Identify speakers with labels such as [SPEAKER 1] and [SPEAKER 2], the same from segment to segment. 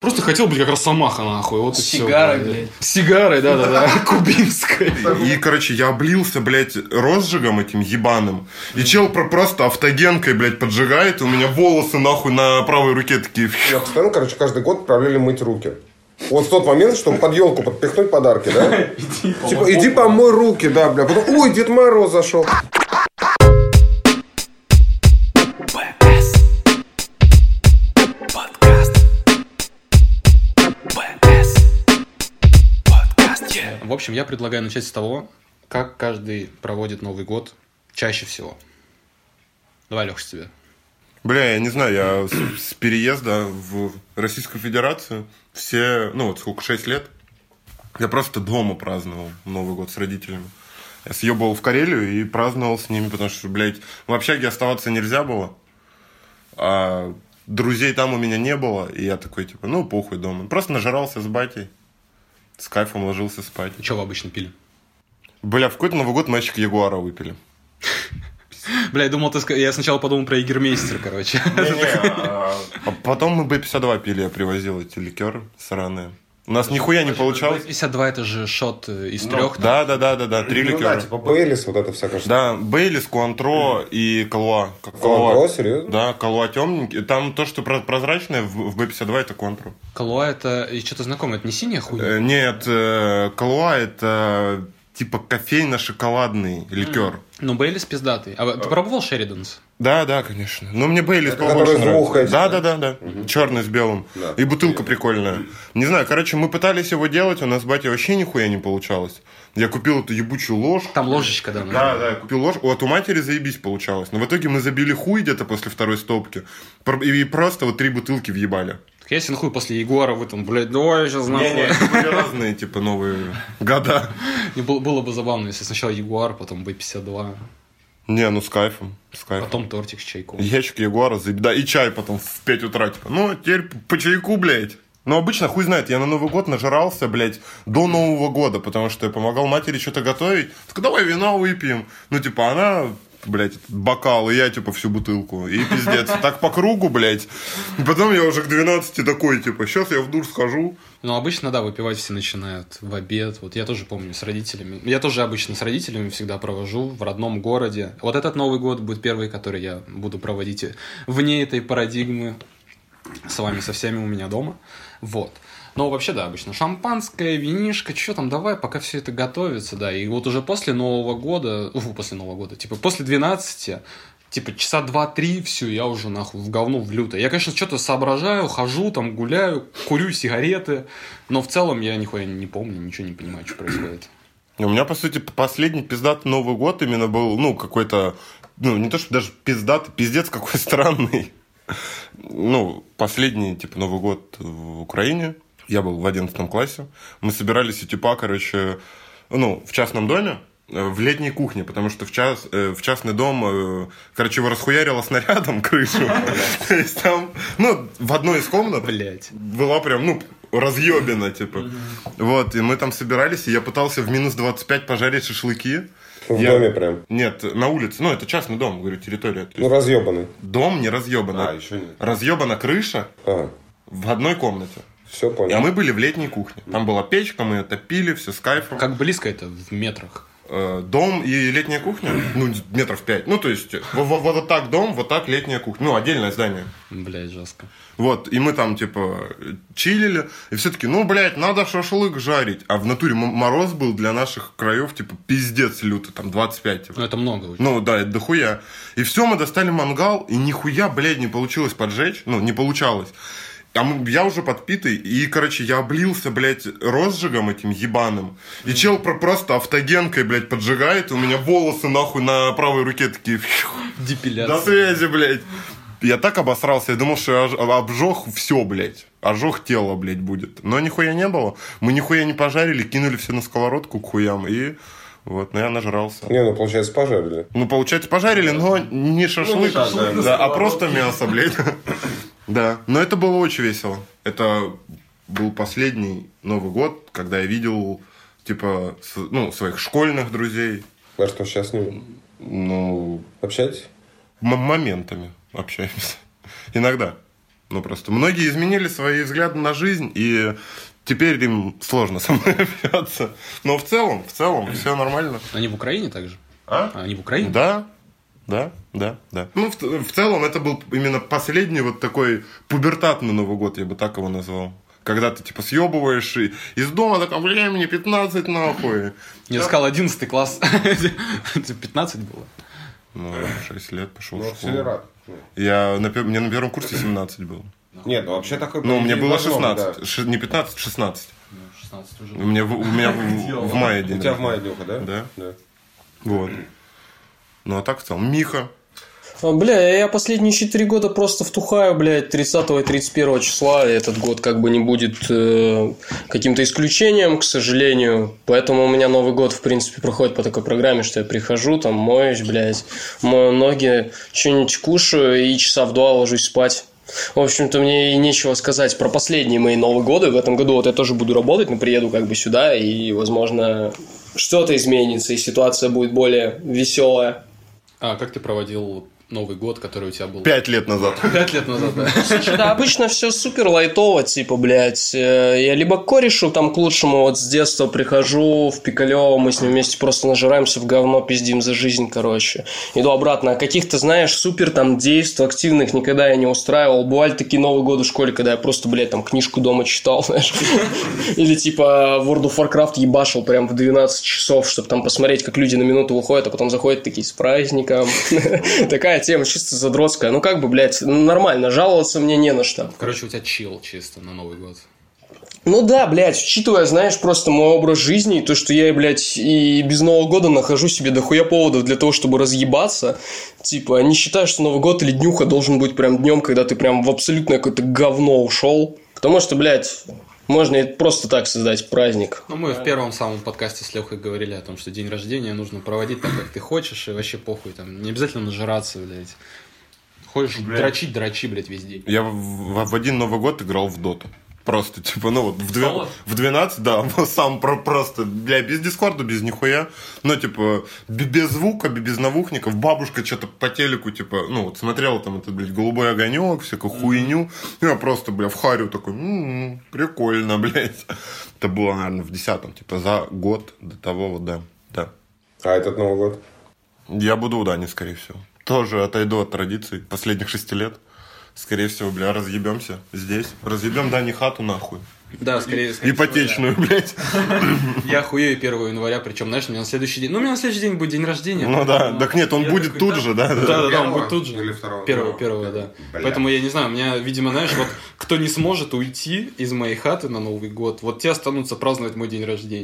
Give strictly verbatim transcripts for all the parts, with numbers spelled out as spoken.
[SPEAKER 1] Просто хотел быть как Росомаха, нахуй. Вот
[SPEAKER 2] с сигарой, блядь.
[SPEAKER 1] С сигарой, да-да-да, кубинской.
[SPEAKER 3] И, короче, я облился, блядь, розжигом этим ебаным. И чел просто автогенкой, блядь, поджигает. И у меня волосы, нахуй, на правой руке такие.
[SPEAKER 4] Я постоянно, короче, каждый год отправляли мыть руки. Вот в тот момент, чтобы под елку подпихнуть подарки, да? Типа, иди помой руки, да, бля. Потом, ой, Дед Мороз зашел.
[SPEAKER 1] В общем, я предлагаю начать с того, как каждый проводит Новый год чаще всего. Давай, Леша, тебе.
[SPEAKER 3] Бля, я не знаю, я с, с переезда в Российскую Федерацию все, ну вот сколько, шесть лет, я просто дома праздновал Новый год с родителями. Я съебывал в Карелию и праздновал с ними, потому что, блядь, в общаге оставаться нельзя было, а друзей там у меня не было, и я такой, типа, ну, похуй дома. Просто нажирался с батей, с кайфом ложился спать.
[SPEAKER 1] Что вы обычно пили?
[SPEAKER 3] Бля, в какой-то Новый год мальчик Ягуара выпили.
[SPEAKER 1] Бля, я думал, ты ск... я сначала подумал про Егермейстер, короче.
[SPEAKER 3] А потом мы бэ пятьдесят два пили, я привозил эти ликеры сраные. У нас нихуя не получалось.
[SPEAKER 1] бэ пятьдесят два это же шот из трех.
[SPEAKER 3] Да, да, да, да, да, три ликера.
[SPEAKER 4] Типа Бейлис, вот это вся, кажется.
[SPEAKER 3] Да, Бейлис, Куантро и Калуа.
[SPEAKER 4] Куантро, серьезно?
[SPEAKER 3] Да, Калуа темненький. Там то, что прозрачное в бэ пятьдесят два, это Куантро.
[SPEAKER 1] Калуа это что-то знакомое, это не синяя хуйня?
[SPEAKER 3] Нет, Калуа это типа кофейно-шоколадный ликер.
[SPEAKER 1] Ну, Бейлис пиздатый. А ты пробовал Шериданс?
[SPEAKER 3] Да, да, конечно. Но мне Бейлис
[SPEAKER 4] Это
[SPEAKER 3] побольше
[SPEAKER 4] который
[SPEAKER 3] нравится.
[SPEAKER 4] звук,
[SPEAKER 3] Да, да, да, да.
[SPEAKER 4] Угу.
[SPEAKER 3] Черный с белым.
[SPEAKER 4] Да.
[SPEAKER 3] И бутылка прикольная. Не знаю, короче, мы пытались его делать, у нас с батей вообще нихуя не получалось. Я купил эту ебучую ложку.
[SPEAKER 1] Там ложечка, да.
[SPEAKER 3] Да, да, я купил ложку. Вот у матери заебись получалось. Но в итоге мы забили хуй где-то после второй стопки. И просто вот три бутылки въебали.
[SPEAKER 1] Так ясен хуй после Ягуара в этом, блядь, давай сейчас нахуй.
[SPEAKER 3] Не-не, это были разные, типа, новые года.
[SPEAKER 1] Было бы забавно, если сначала Ягуар, потом бэ пятьдесят два.
[SPEAKER 3] Не, ну с кайфом, с кайфом.
[SPEAKER 1] Потом тортик с чайком.
[SPEAKER 3] Ящик Ягуара, да, и чай потом в пять утра, типа, ну, теперь по чайку, блядь. Ну, обычно, хуй знает, я на Новый год нажрался, блядь, до Нового года, потому что я помогал матери что-то готовить. Так давай вина выпьем. Ну, типа, она, блядь, бокал, и я, типа, всю бутылку. И пиздец. Так по кругу, блядь. И потом я уже к двенадцати такой, типа, сейчас я в душ схожу.
[SPEAKER 1] Ну, обычно, да, выпивать все начинают в обед. Вот я тоже помню с родителями. Я тоже обычно с родителями всегда провожу в родном городе. Вот этот Новый год будет первый, который я буду проводить вне этой парадигмы с вами, со всеми у меня дома. Вот. Но вообще, да, обычно шампанское, винишко, что там, давай, пока все это готовится, да. И вот уже после Нового года, уфу, после Нового года, типа, после двенадцати, типа, часа два-три, все, я уже, нахуй, в говно, в лютое. Я, конечно, что-то соображаю, хожу, там, гуляю, курю сигареты, но в целом я нихуя не помню, ничего не понимаю, что происходит.
[SPEAKER 3] У меня, по сути, последний пиздатый Новый год именно был, ну, какой-то, ну, не то, что даже пиздатый, пиздец какой странный. Ну, последний, типа, Новый год в Украине. Я был в одиннадцатом классе. Мы собирались, типа, короче, ну, в частном доме, в летней кухне, потому что в, час, в частный дом, короче, его расхуярило снарядом крышу. То есть там, ну, в одной из комнат была прям, ну, разъебина, типа. Вот, и мы там собирались, и я пытался в минус двадцать пять пожарить шашлыки.
[SPEAKER 4] В
[SPEAKER 3] я...
[SPEAKER 4] доме прям?
[SPEAKER 3] Нет, на улице. Ну, это частный дом, говорю, территория.
[SPEAKER 4] Ну, разъебанный.
[SPEAKER 3] Дом не разъебанный.
[SPEAKER 4] А, еще нет.
[SPEAKER 3] Разъебана крыша
[SPEAKER 4] а.
[SPEAKER 3] в одной комнате.
[SPEAKER 4] Все понял.
[SPEAKER 3] А мы были в летней кухне. Там была печка, мы ее топили, все с кайфом.
[SPEAKER 1] Как близко это в метрах?
[SPEAKER 3] Дом и летняя кухня, ну, метров пять. Ну, то есть, вот, вот, вот так дом, вот так летняя кухня. Ну, отдельное здание.
[SPEAKER 1] Блядь, жестко.
[SPEAKER 3] Вот, и мы там, типа, чилили, и все таки ну, блядь, надо шашлык жарить. А в натуре мороз был для наших краев, типа, пиздец лютый, там, двадцать пять. Типа.
[SPEAKER 1] Ну, это много очень.
[SPEAKER 3] Ну, да, это дохуя. И все, мы достали мангал, и нихуя, блядь, не получилось поджечь. Ну, не получалось. А я уже подпитый, и, короче, я облился, блядь, розжигом этим ебаным. И чел просто автогенкой, блядь, поджигает, и у меня волосы, нахуй, на правой руке такие...
[SPEAKER 1] Депиляция.
[SPEAKER 3] До связи, блядь. Я так обосрался, я думал, что я обжег все, блядь. Ожог тела, блядь, будет. Но нихуя не было. Мы нихуя не пожарили, кинули все на сковородку к хуям, и... Вот, но я нажрался.
[SPEAKER 4] Не, ну, получается, пожарили.
[SPEAKER 3] Ну, получается, пожарили, но не шашлык, ну, не шашлык да, а просто мясо, блядь. Да, но это было очень весело. Это был последний Новый год, когда я видел, типа, ну, своих школьных друзей.
[SPEAKER 4] А что, сейчас с ними?
[SPEAKER 3] Ну...
[SPEAKER 4] Общаетесь?
[SPEAKER 3] М- моментами общаемся. Иногда. Ну, просто многие изменили свои взгляды на жизнь, и теперь им сложно со мной общаться. Но в целом, в целом, все нормально.
[SPEAKER 1] Они в Украине также?
[SPEAKER 3] А?
[SPEAKER 1] Они в Украине?
[SPEAKER 3] Да, да, да, да. Ну, в, в целом, это был именно последний вот такой пубертатный Новый год, я бы так его назвал. Когда ты, типа, съебываешь и из дома, такое, бля, мне пятнадцать, нахуй.
[SPEAKER 1] Я сказал одиннадцатый класс. пятнадцать было.
[SPEAKER 3] Ну, шесть лет пошел
[SPEAKER 4] Ну,
[SPEAKER 3] в школу.
[SPEAKER 4] акселерат.
[SPEAKER 3] Я на, пер- мне на первом курсе семнадцать было.
[SPEAKER 4] Нет, ну вообще такой...
[SPEAKER 3] Ну, мне было
[SPEAKER 4] должно быть,
[SPEAKER 3] шестнадцать.
[SPEAKER 4] да.
[SPEAKER 3] Ш- не пятнадцать, шестнадцать.
[SPEAKER 1] шестнадцать уже.
[SPEAKER 3] У меня, в- у меня в, в мае день
[SPEAKER 4] У тебя в мае
[SPEAKER 3] рождения.
[SPEAKER 4] днюха, да?
[SPEAKER 3] Да. Вот. Ну, а так в целом. Миха.
[SPEAKER 2] А, бля, я последние четыре года просто втухаю, блядь, тридцатого и тридцать первого числа. И этот год как бы не будет э, каким-то исключением, к сожалению. Поэтому у меня Новый год, в принципе, проходит по такой программе, что я прихожу, там, моюсь, блядь, мою ноги, что-нибудь кушаю и часа в два ложусь спать. В общем-то, мне и нечего сказать про последние мои Новые годы. В этом году вот я тоже буду работать, но приеду как бы сюда, и, возможно, что-то изменится, и ситуация будет более веселая.
[SPEAKER 1] А как ты проводил Новый год, который у тебя был?
[SPEAKER 3] Пять лет назад.
[SPEAKER 1] Пять лет назад, да.
[SPEAKER 2] Слушай, да, обычно все супер лайтово, типа, блядь. э, Я либо к корешу там к лучшему вот с детства прихожу в Пикалево, мы с ним вместе просто нажираемся в говно, пиздим за жизнь, короче. Иду обратно. А каких-то, знаешь, супер там действий активных никогда я не устраивал. Бывали такие Новые годы в школе, когда я просто, блядь, там книжку дома читал, знаешь. Или типа World of Warcraft ебашил прям в двенадцать часов, чтобы там посмотреть, как люди на минуту выходят, а потом заходят такие с праздником. Такая тема чисто задротская. Ну, как бы, блядь, нормально. Жаловаться мне не на что.
[SPEAKER 1] Короче, у тебя чил чисто на Новый год.
[SPEAKER 2] Ну да, блядь, учитывая, знаешь, просто мой образ жизни, и то, что я, блядь, и без Нового года нахожу себе дохуя поводов для того, чтобы разъебаться, типа, не считаю, что Новый год или днюха должен быть прям днем, когда ты прям в абсолютное какое-то говно ушел. Потому что, блядь, можно и просто так создать праздник.
[SPEAKER 1] Ну, мы в первом самом подкасте с Лехой говорили о том, что день рождения нужно проводить так, как ты хочешь, и вообще похуй, там, не обязательно нажираться, блядь. Хочешь дрочить, дрочи, блядь, весь день.
[SPEAKER 3] Я в, в- в один Новый год играл в доту. Просто, типа, ну вот в, две- в двенадцать, да, сам про- просто, бля, без дискорда, без нихуя. Ну, типа, б- без звука, б- без навухников. Бабушка что-то по телеку, типа, ну, вот смотрела там этот, блядь, голубой огонек, всякую хуйню. И я просто, бля, в харю такой, м-м, прикольно, блядь. Это было, наверное, в десятом, типа, за год до того, вот, да, да.
[SPEAKER 4] А этот Новый год?
[SPEAKER 3] Я буду у Дани, скорее всего. Тоже отойду от традиций последних шести лет. Скорее всего, бля, разъебемся здесь. Разъебем Дани хату нахуй.
[SPEAKER 1] Да, скорее, скорее
[SPEAKER 3] Ипотечную, блядь.
[SPEAKER 1] Я хуею первого января, причем, знаешь, у меня на следующий день... Ну, у меня на следующий день будет день рождения.
[SPEAKER 3] Ну да, так нет, он будет тут же, да?
[SPEAKER 1] Да, да, да, он
[SPEAKER 4] Первого
[SPEAKER 1] будет тут же.
[SPEAKER 4] или второго?
[SPEAKER 1] Первого, первого, да.
[SPEAKER 4] Бля.
[SPEAKER 1] Поэтому я не знаю, у меня, видимо, знаешь, вот кто не сможет уйти из моей хаты на Новый год, вот те останутся праздновать мой день рождения.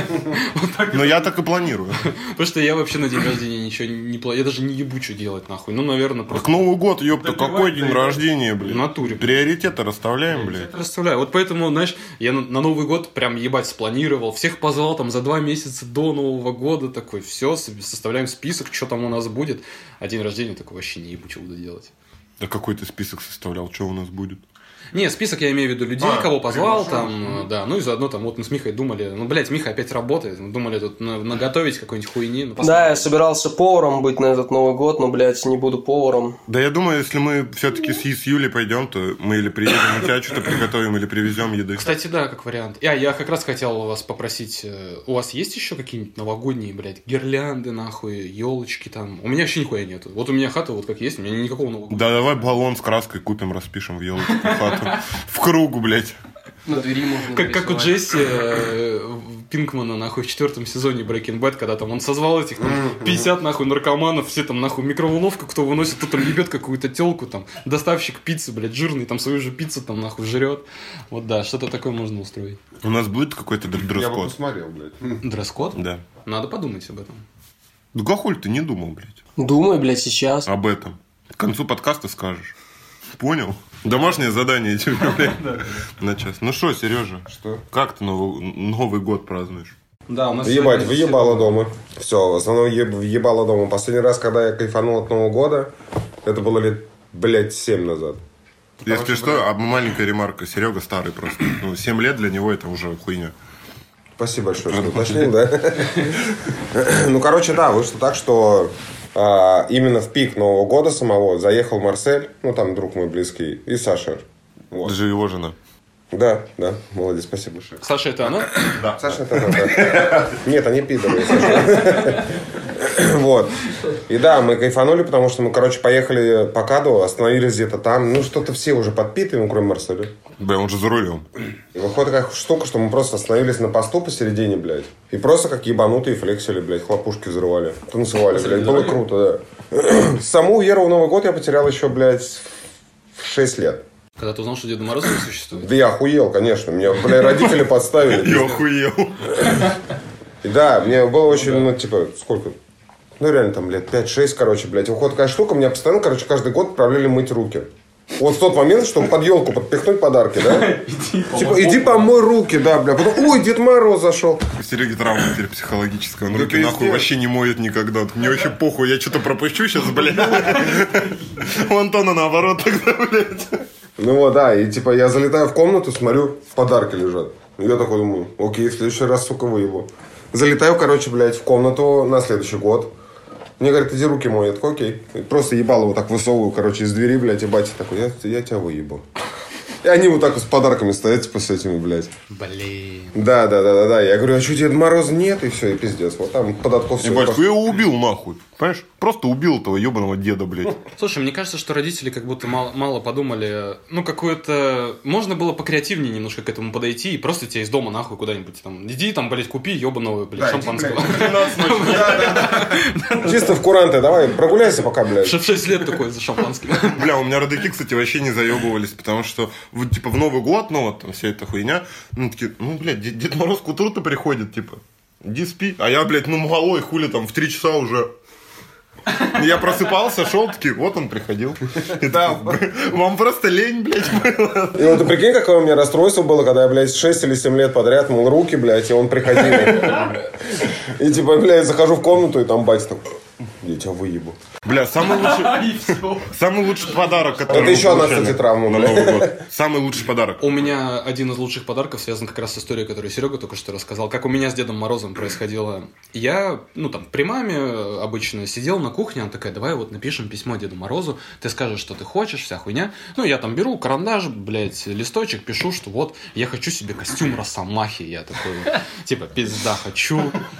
[SPEAKER 3] Но я так и планирую.
[SPEAKER 1] Потому что я вообще на день рождения ничего не планирую. Я даже не ебу, что делать, нахуй. Ну, наверное,
[SPEAKER 3] К
[SPEAKER 1] просто...
[SPEAKER 3] Новый год, ёпта, какой день рождения,
[SPEAKER 1] В
[SPEAKER 3] блин?
[SPEAKER 1] натуре.
[SPEAKER 3] Приоритеты расставляем, блядь.
[SPEAKER 1] Я представляю. Вот поэтому, знаешь, я на, на Новый год прям ебать спланировал. Всех позвал там за два месяца до Нового года. Такой, все, составляем список, что там у нас будет. А день рождения такой вообще не ебу, что буду делать.
[SPEAKER 3] Да какой ты список составлял, что у нас будет?
[SPEAKER 1] Не, список я имею в виду людей,
[SPEAKER 3] А,
[SPEAKER 1] кого позвал,
[SPEAKER 3] приглашен.
[SPEAKER 1] там, да, ну и заодно там вот мы с Михой думали, ну, блядь, Миха опять работает, мы думали тут на- наготовить какой-нибудь хуйни. Ну,
[SPEAKER 2] Да,
[SPEAKER 1] посмотрим.
[SPEAKER 2] я собирался поваром быть на этот Новый год, но, блядь, не буду поваром.
[SPEAKER 3] Да я думаю, если мы все-таки с, с Юлей пойдем, то мы или приедем, у тебя что-то приготовим, или привезем еды.
[SPEAKER 1] Кстати, да, как вариант. Я, я как раз хотел вас попросить, э, у вас есть еще какие-нибудь новогодние, блядь, гирлянды, нахуй, елочки там? У меня вообще нихуя нету. Вот у меня хата вот как есть, у меня никакого Нового года.
[SPEAKER 3] Да давай баллон с краской купим, распишем в елочку хату. В кругу, блядь.
[SPEAKER 2] На двери можно
[SPEAKER 1] Как, как у Джесси э, Пинкмана, нахуй, в четвертом сезоне Breaking Bad, когда там он созвал этих там, пятьдесят, нахуй, наркоманов, все там, нахуй, микроволновку, кто выносит, кто там ебет какую-то телку, там, доставщик пиццы, блядь, жирный, там, свою же пиццу, там, нахуй, жрет. Вот, да, что-то такое можно устроить.
[SPEAKER 3] У нас будет какой-то др-
[SPEAKER 4] Я бы
[SPEAKER 3] дресс-код?
[SPEAKER 4] посмотрел, блядь.
[SPEAKER 1] Дресс-код?
[SPEAKER 3] Да.
[SPEAKER 1] Надо подумать об этом.
[SPEAKER 3] Да гахуль ты не думал, блядь,
[SPEAKER 2] Думай, блядь, сейчас.
[SPEAKER 3] об этом. К концу подкаста скажешь. Понял? Домашнее задание тебе, блядь, на час. Ну что, Сережа,
[SPEAKER 4] Что?
[SPEAKER 3] как ты Новый, Новый год празднуешь?
[SPEAKER 1] Да, у нас
[SPEAKER 4] Ебать,
[SPEAKER 1] сегодня
[SPEAKER 4] выебало дома. Все, в основном еб- въебало дома. Последний раз, когда я кайфанул от Нового года, это было лет, блядь, семь назад.
[SPEAKER 3] Если что, а маленькая ремарка. Серега старый просто. Ну, семь лет для него это уже хуйня.
[SPEAKER 4] Спасибо большое, что уточнил, да? Ну, короче, да, вышло так, что а, именно в пик Нового года самого заехал Марсель, ну, там друг мой близкий, и Саша.
[SPEAKER 3] Вот. Даже его жена.
[SPEAKER 4] Да, да, молодец, спасибо большое.
[SPEAKER 1] Саша, это она?
[SPEAKER 3] Да.
[SPEAKER 4] Саша, это она, да. Нет, они пидоры, Саша. Вот. И да, мы кайфанули, потому что мы, короче, поехали по Каду, остановились где-то там. Ну, что-то все уже подпитые, ну, кроме Марселя.
[SPEAKER 3] Бля, он же за рулем.
[SPEAKER 4] И выходит такая штука, что мы просто остановились на посту посередине, блядь. И просто как ебанутые флексили, блядь, хлопушки взрывали. Танцевали, блядь. Было круто, да. Саму веру в Новый год я потерял еще, блядь, в шесть лет.
[SPEAKER 1] Когда ты узнал, что Деда Мороза не существует?
[SPEAKER 4] Да я охуел, конечно. Меня, бля, родители подставили.
[SPEAKER 3] Я охуел.
[SPEAKER 4] И да, мне было очень, ну, типа, сколько? Ну, реально, там, лет пять-шесть, короче, блядь. Выходит такая штука, меня постоянно, короче, каждый год отправляли мыть руки. Вот в тот момент, чтобы под елку подпихнуть подарки, да? Типа, иди помой руки, да, бля. Потом, ой, Дед Мороз зашел.
[SPEAKER 3] У Сереги травма теперь психологическая. Он руки нахуй вообще не моет никогда. Мне вообще похуй, я что-то пропущу сейчас, блядь. У Антона наоборот тогда, блядь.
[SPEAKER 4] Ну вот, да, и типа я залетаю в комнату, смотрю, подарки лежат. И я такой думаю, окей, в следующий раз, сука, выебу. Залетаю, короче, блядь, в комнату на следующий год. Мне говорят, иди руки мой. Я такой, окей. И просто ебало вот так высовываю, короче, из двери, блядь, и батя такой, я, я тебя выебу. И они вот так вот с подарками стоят, типа, с этими, блядь.
[SPEAKER 1] Блин.
[SPEAKER 4] Да, да, да, да, да. Я говорю, а что, Деда Мороза нет? И все, и пиздец. Вот там подотков все.
[SPEAKER 3] И батьку, я его убил, нахуй. Понимаешь? Просто убил этого ебаного деда, блядь.
[SPEAKER 1] Слушай, мне кажется, что родители как будто мало, мало подумали. Ну, какое-то... Можно было покреативнее немножко к этому подойти и просто тебя из дома нахуй куда-нибудь там. Иди там, блядь, купи ебаного, блядь, шампанского.
[SPEAKER 4] Чисто в куранты, давай, прогуляйся пока, блядь.
[SPEAKER 1] В шесть лет такой за шампанским.
[SPEAKER 3] Бля, у меня родаки, кстати, вообще не заебывались, потому что, вот, типа, в Новый год, ну, вот, там, вся эта хуйня, ну, такие, ну, блядь, Дед, Дед Мороз к утру-то приходит, типа, иди спи. А я, блядь, ну, малой, хули там, в три часа уже... Я просыпался, шел, такие, вот он приходил. И да, вам просто лень, блядь, было.
[SPEAKER 4] И вот ты прикинь, какое у меня расстройство было, когда я, блядь, шесть или семь лет подряд мыл руки, блядь, и он приходил. И типа, блядь, захожу в комнату, и там батя такой, я тебя выебу.
[SPEAKER 3] Бля, самый лучший, самый лучший подарок, который...
[SPEAKER 4] Это еще одна, кстати, травма.
[SPEAKER 3] На Новый год. Самый лучший подарок.
[SPEAKER 1] У меня один из лучших подарков связан как раз с историей, которую Серега только что рассказал. Как у меня с Дедом Морозом происходило. Я, ну там, при маме обычно сидел на кухне, она такая, давай вот напишем письмо Деду Морозу, ты скажешь, что ты хочешь, вся хуйня. Ну, я там беру карандаш, блядь, листочек, пишу, что вот, я хочу себе костюм Росомахи. Я такой, типа, пизда хочу.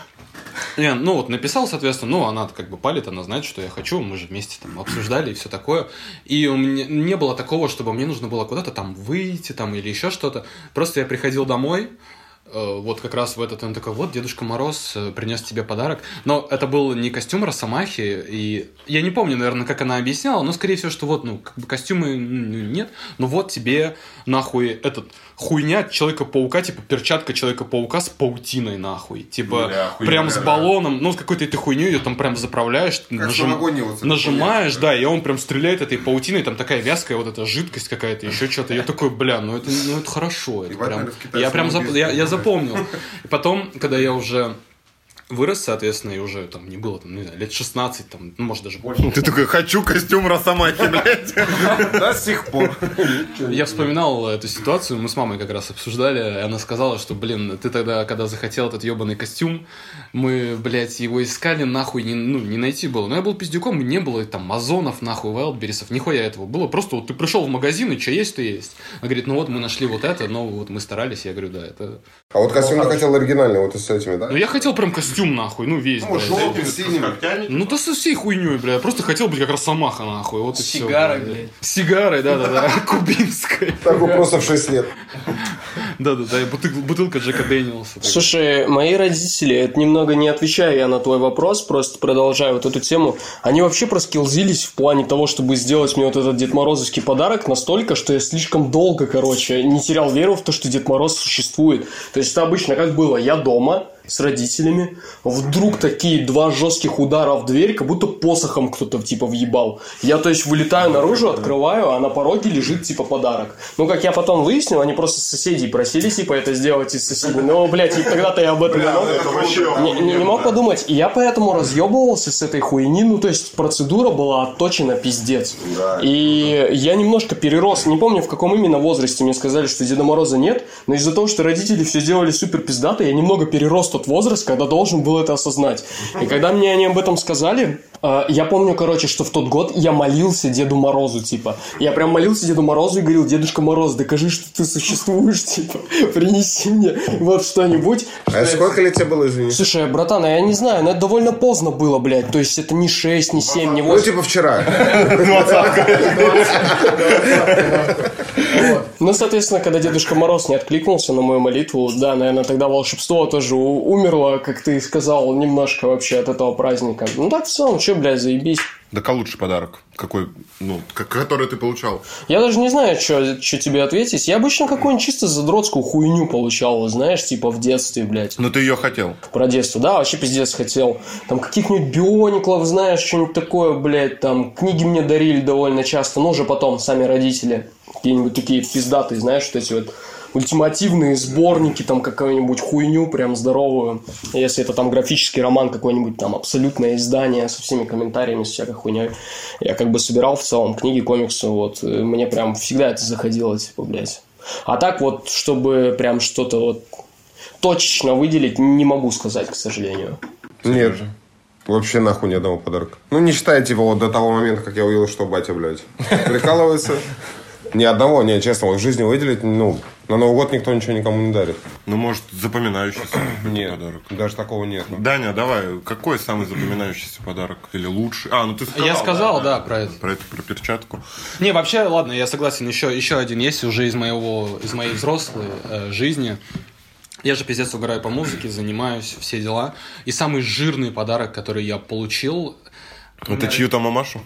[SPEAKER 1] Я, ну, вот написал, соответственно, ну, она как бы палит, она знает, что я хочу, мы же вместе там обсуждали и все такое. И у меня не было такого, чтобы мне нужно было куда-то там выйти там или еще что-то. Просто я приходил домой, э, вот как раз в этот, он такой, вот, Дедушка Мороз э, принес тебе подарок. Но это был не костюм Росомахи, и я не помню, наверное, как она объясняла, но, скорее всего, что вот, ну, как бы костюмы ну, нет, но вот тебе, нахуй, этот... Хуйня Человека-паука, типа перчатка Человека-паука с паутиной, нахуй. Типа, бля, хуйня, прям с баллоном, ну, с какой-то этой хуйней ее там прям заправляешь, нажим... вот нажимаешь, да, и он прям стреляет этой паутиной, там такая вязкая вот эта жидкость какая-то, еще что-то. Я такой, бля, ну это, ну, это хорошо. Это прям... Я прям зап... я, я запомнил. И потом, когда я уже... вырос, соответственно, и уже там не было, там, не знаю, лет шестнадцать, там, ну, может, даже больше.
[SPEAKER 3] Ты такой, хочу костюм Росомахи, блядь.
[SPEAKER 4] До сих пор.
[SPEAKER 1] Я вспоминал эту ситуацию, мы с мамой как раз обсуждали, и она сказала, что, блин, ты тогда, когда захотел этот ебаный костюм, мы, блядь, его искали, нахуй, не, ну, не найти было. Но я был пиздюком, не было там Озонов, нахуй, Вайлдберрисов, нихуя этого. Было просто вот ты пришел в магазин, и что есть, то есть. Она говорит, ну вот мы нашли вот это, но вот мы старались, я говорю, да, это...
[SPEAKER 4] А вот костюм ты хотел оригинальный, вот с этими, да?
[SPEAKER 1] Ну, я хотел прям костюм, нахуй, ну, весь,
[SPEAKER 4] ну, желтым, синим.
[SPEAKER 1] Ну, да со всей хуйней, бля. Я просто хотел быть как Росомаха, нахуй. Вот и все.
[SPEAKER 2] Сигарой, блядь.
[SPEAKER 1] С сигарой, да-да-да. Кубинской.
[SPEAKER 4] Так вот просто в шесть лет.
[SPEAKER 1] Да-да-да. Бутылка Джека Дэниелса.
[SPEAKER 2] Слушай, мои родители, это немного не отвечая я на твой вопрос, просто продолжая вот эту тему, они вообще проскилзились в плане того, чтобы сделать мне вот этот Дед Морозовский подарок настолько, что я слишком долго, короче, не терял веру в то, что Дед Мороз существует. То есть это обычно как было, я дома с родителями, вдруг такие два жестких удара в дверь, как будто посохом кто-то типа въебал. Я, то есть, вылетаю наружу, открываю, а на пороге лежит типа подарок. Ну, как я потом выяснил, они просто с соседей просили типа это сделать из соседей. Ну, блядь, и тогда-то я об этом не, не, не мог подумать. И я поэтому разъебывался с этой хуйни. Ну, то есть, процедура была отточена пиздец. И я немножко перерос, не помню в каком именно возрасте мне сказали, что Деда Мороза нет, но из-за того, что родители все делали супер пиздато, я немного перерос тот возраст, когда должен был это осознать. И когда мне они об этом сказали, я помню, короче, что в тот год я молился Деду Морозу, типа. Я прям молился Деду Морозу и говорил: Дедушка Мороз, докажи, что ты существуешь, типа. Принеси мне вот что-нибудь.
[SPEAKER 4] А
[SPEAKER 2] что
[SPEAKER 4] сколько
[SPEAKER 2] я...
[SPEAKER 4] лет тебе было, извини?
[SPEAKER 2] Слушай, братан, я не знаю, но это довольно поздно было, блядь. То есть это не шесть, не семь, не восемь.
[SPEAKER 4] Ну, типа вчера.
[SPEAKER 2] Ну, соответственно, когда Дедушка Мороз не откликнулся на мою молитву, да, наверное, тогда волшебство тоже умерло, как ты сказал, немножко вообще от этого праздника. Ну, так в целом, что, блядь, заебись.
[SPEAKER 3] Так а лучший подарок? Какой, ну, который ты получал?
[SPEAKER 2] Я даже не знаю, что тебе ответить. Я обычно какую-нибудь чисто задротскую хуйню получал, знаешь, типа в детстве, блядь.
[SPEAKER 3] Но ты ее хотел?
[SPEAKER 2] Про детство, да, вообще пиздец хотел. Там каких-нибудь биониклов, знаешь, что-нибудь такое, блядь, там книги мне дарили довольно часто, но уже потом сами родители. Какие-нибудь такие пиздатые, знаешь, вот эти вот ультимативные сборники, там какую-нибудь хуйню прям здоровую. Если это там графический роман, какое-нибудь там абсолютное издание со всеми комментариями, с всякой хуйней. Я как бы собирал в целом книги, комиксы, вот. Мне прям всегда это заходило, типа, блядь. А так вот, чтобы прям что-то вот точечно выделить, не могу сказать, к сожалению.
[SPEAKER 4] Нет же. Вообще нахуй ни одного подарка. Ну, не считая, типа, вот до того момента, как я увидел, что батя, блядь, прикалывается. Ни одного, не, честно, вот в жизни выделить, ну, на Новый год никто ничего никому не дарит.
[SPEAKER 3] Ну, может, запоминающийся
[SPEAKER 4] нет,
[SPEAKER 3] подарок.
[SPEAKER 4] Даже такого нет.
[SPEAKER 3] Даня, давай, какой самый запоминающийся подарок? Или лучший? А, ну ты сказал.
[SPEAKER 1] Я сказал, да,
[SPEAKER 3] да,
[SPEAKER 1] про это.
[SPEAKER 3] Про это, про перчатку.
[SPEAKER 1] Не, вообще, ладно, я согласен, еще, еще один есть уже из моего, из моей взрослой э, жизни. Я же пиздец угораю по музыке, занимаюсь, все дела. И самый жирный подарок, который я получил...
[SPEAKER 3] Это чью-то мамашу?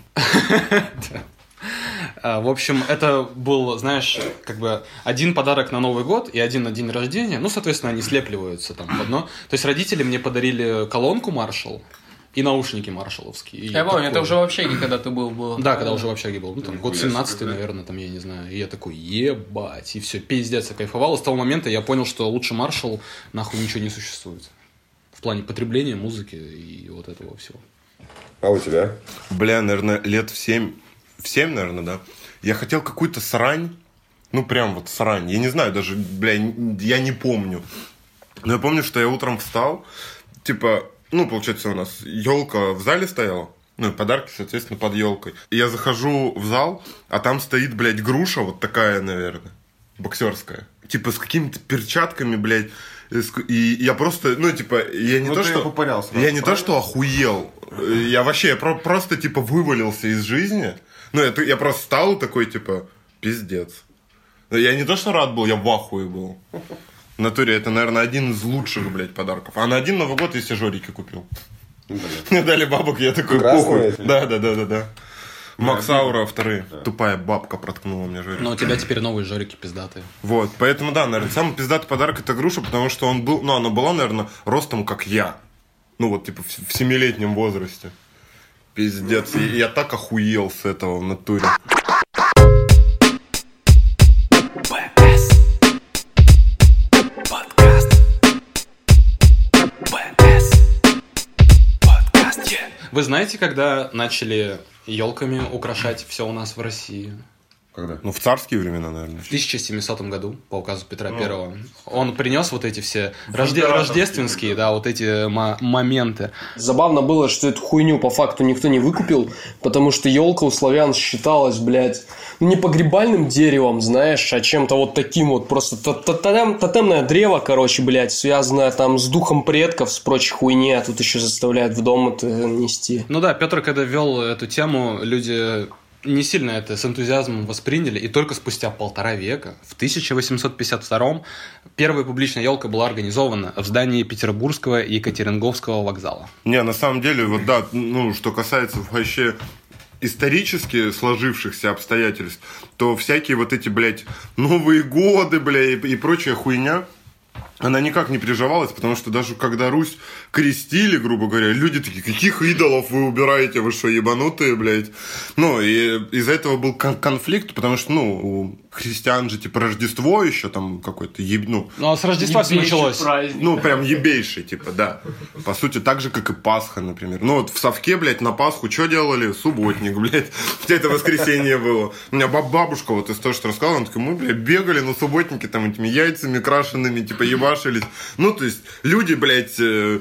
[SPEAKER 1] В общем, это был, знаешь, как бы один подарок на Новый год и один на день рождения. Ну, соответственно, они слепливаются там в одно. То есть родители мне подарили колонку Marshall и наушники маршалловские.
[SPEAKER 5] Я помню, это уже в общаге, когда ты был. было.
[SPEAKER 1] Да, когда уже в общаге был. Ну, там, год семнадцатый, наверное, там, я не знаю. И я такой, ебать. И все, пиздец, я кайфовал. И с того момента я понял, что лучше Marshall нахуй ничего не существует. В плане потребления музыки и вот этого всего.
[SPEAKER 4] А у тебя?
[SPEAKER 3] Бля, наверное, лет в семь... В семь, наверное, да. Я хотел какую-то срань. Ну, прям вот срань. Я не знаю даже, бля, я не помню. Но я помню, что я утром встал. Типа, ну, получается, у нас елка в зале стояла. Ну, и подарки, соответственно, под елкой. И я захожу в зал, а там стоит, блядь, груша вот такая, наверное, боксерская. Типа, с какими-то перчатками, блядь. И я просто, ну, типа, я не
[SPEAKER 4] ну,
[SPEAKER 3] то, что...
[SPEAKER 4] попарялся,
[SPEAKER 3] я не то, что охуел. Я вообще, я про- просто, типа, вывалился из жизни. Ну, я, я просто встал такой, типа, пиздец. Я не то, что рад был, я в ахуе был. В натуре, это, наверное, один из лучших, блядь, подарков. А на один Новый год я себе жорики купил. Мне дали бабок, я такой, похуй. Да, да, да, да, да. Макс Аура вторые. Да. Тупая бабка проткнула мне жорик.
[SPEAKER 1] Но у тебя теперь новые жорики пиздатые.
[SPEAKER 3] Вот, поэтому, да, наверное, самый пиздатый подарок это груша, потому что он был, ну, она была, наверное, ростом, как я. Ну, вот, типа, в семилетнем возрасте. Пиздец, и я так охуел с этого в натуре.
[SPEAKER 1] Вы знаете, когда начали елками украшать все у нас в России?
[SPEAKER 3] Когда? Ну, в царские времена, наверное.
[SPEAKER 1] В тысяча семисотом году, по указу Петра Первого. Он принес вот эти все рожде... рождественские, да, вот эти м- моменты.
[SPEAKER 2] Забавно было, что эту хуйню по факту никто не выкупил, потому что елка у славян считалась, блядь, не погребальным деревом, знаешь, а чем-то вот таким вот, просто тотем, тотемное древо, короче, блядь, связанное там с духом предков, с прочей хуйней, а тут еще заставляют в дом это нести.
[SPEAKER 1] Ну да, Петр, когда вел эту тему, люди... не сильно это с энтузиазмом восприняли, и только спустя полтора века, в тысяча восемьсот пятьдесят втором, первая публичная елка была организована в здании Петербургского и Екатеринговского вокзала.
[SPEAKER 3] Не, на самом деле, вот да, ну, что касается вообще исторически сложившихся обстоятельств, то всякие вот эти, блядь, Новые годы, блядь, и, и прочая хуйня, она никак не приживалась, потому что даже когда Русь крестили, грубо говоря, люди такие, каких идолов вы убираете, вы что, ебанутые, блядь? Ну, и из-за этого был кон- конфликт, потому что, ну, у христиан же, типа, Рождество еще там какой-то, еб... ну...
[SPEAKER 1] Ну, а с Рождества все началось.
[SPEAKER 2] Праздник.
[SPEAKER 3] Ну, прям ебейший, типа, да. По сути, так же, как и Пасха, например. Ну, вот в Совке, блядь, на Пасху что делали? Субботник, блядь. Это воскресенье было. У меня бабушка вот из того, что рассказала, она такая, мы, блядь, бегали на субботнике там этими яйцами крашенными, типа, ебашились. Ну, то есть, люди, блядь...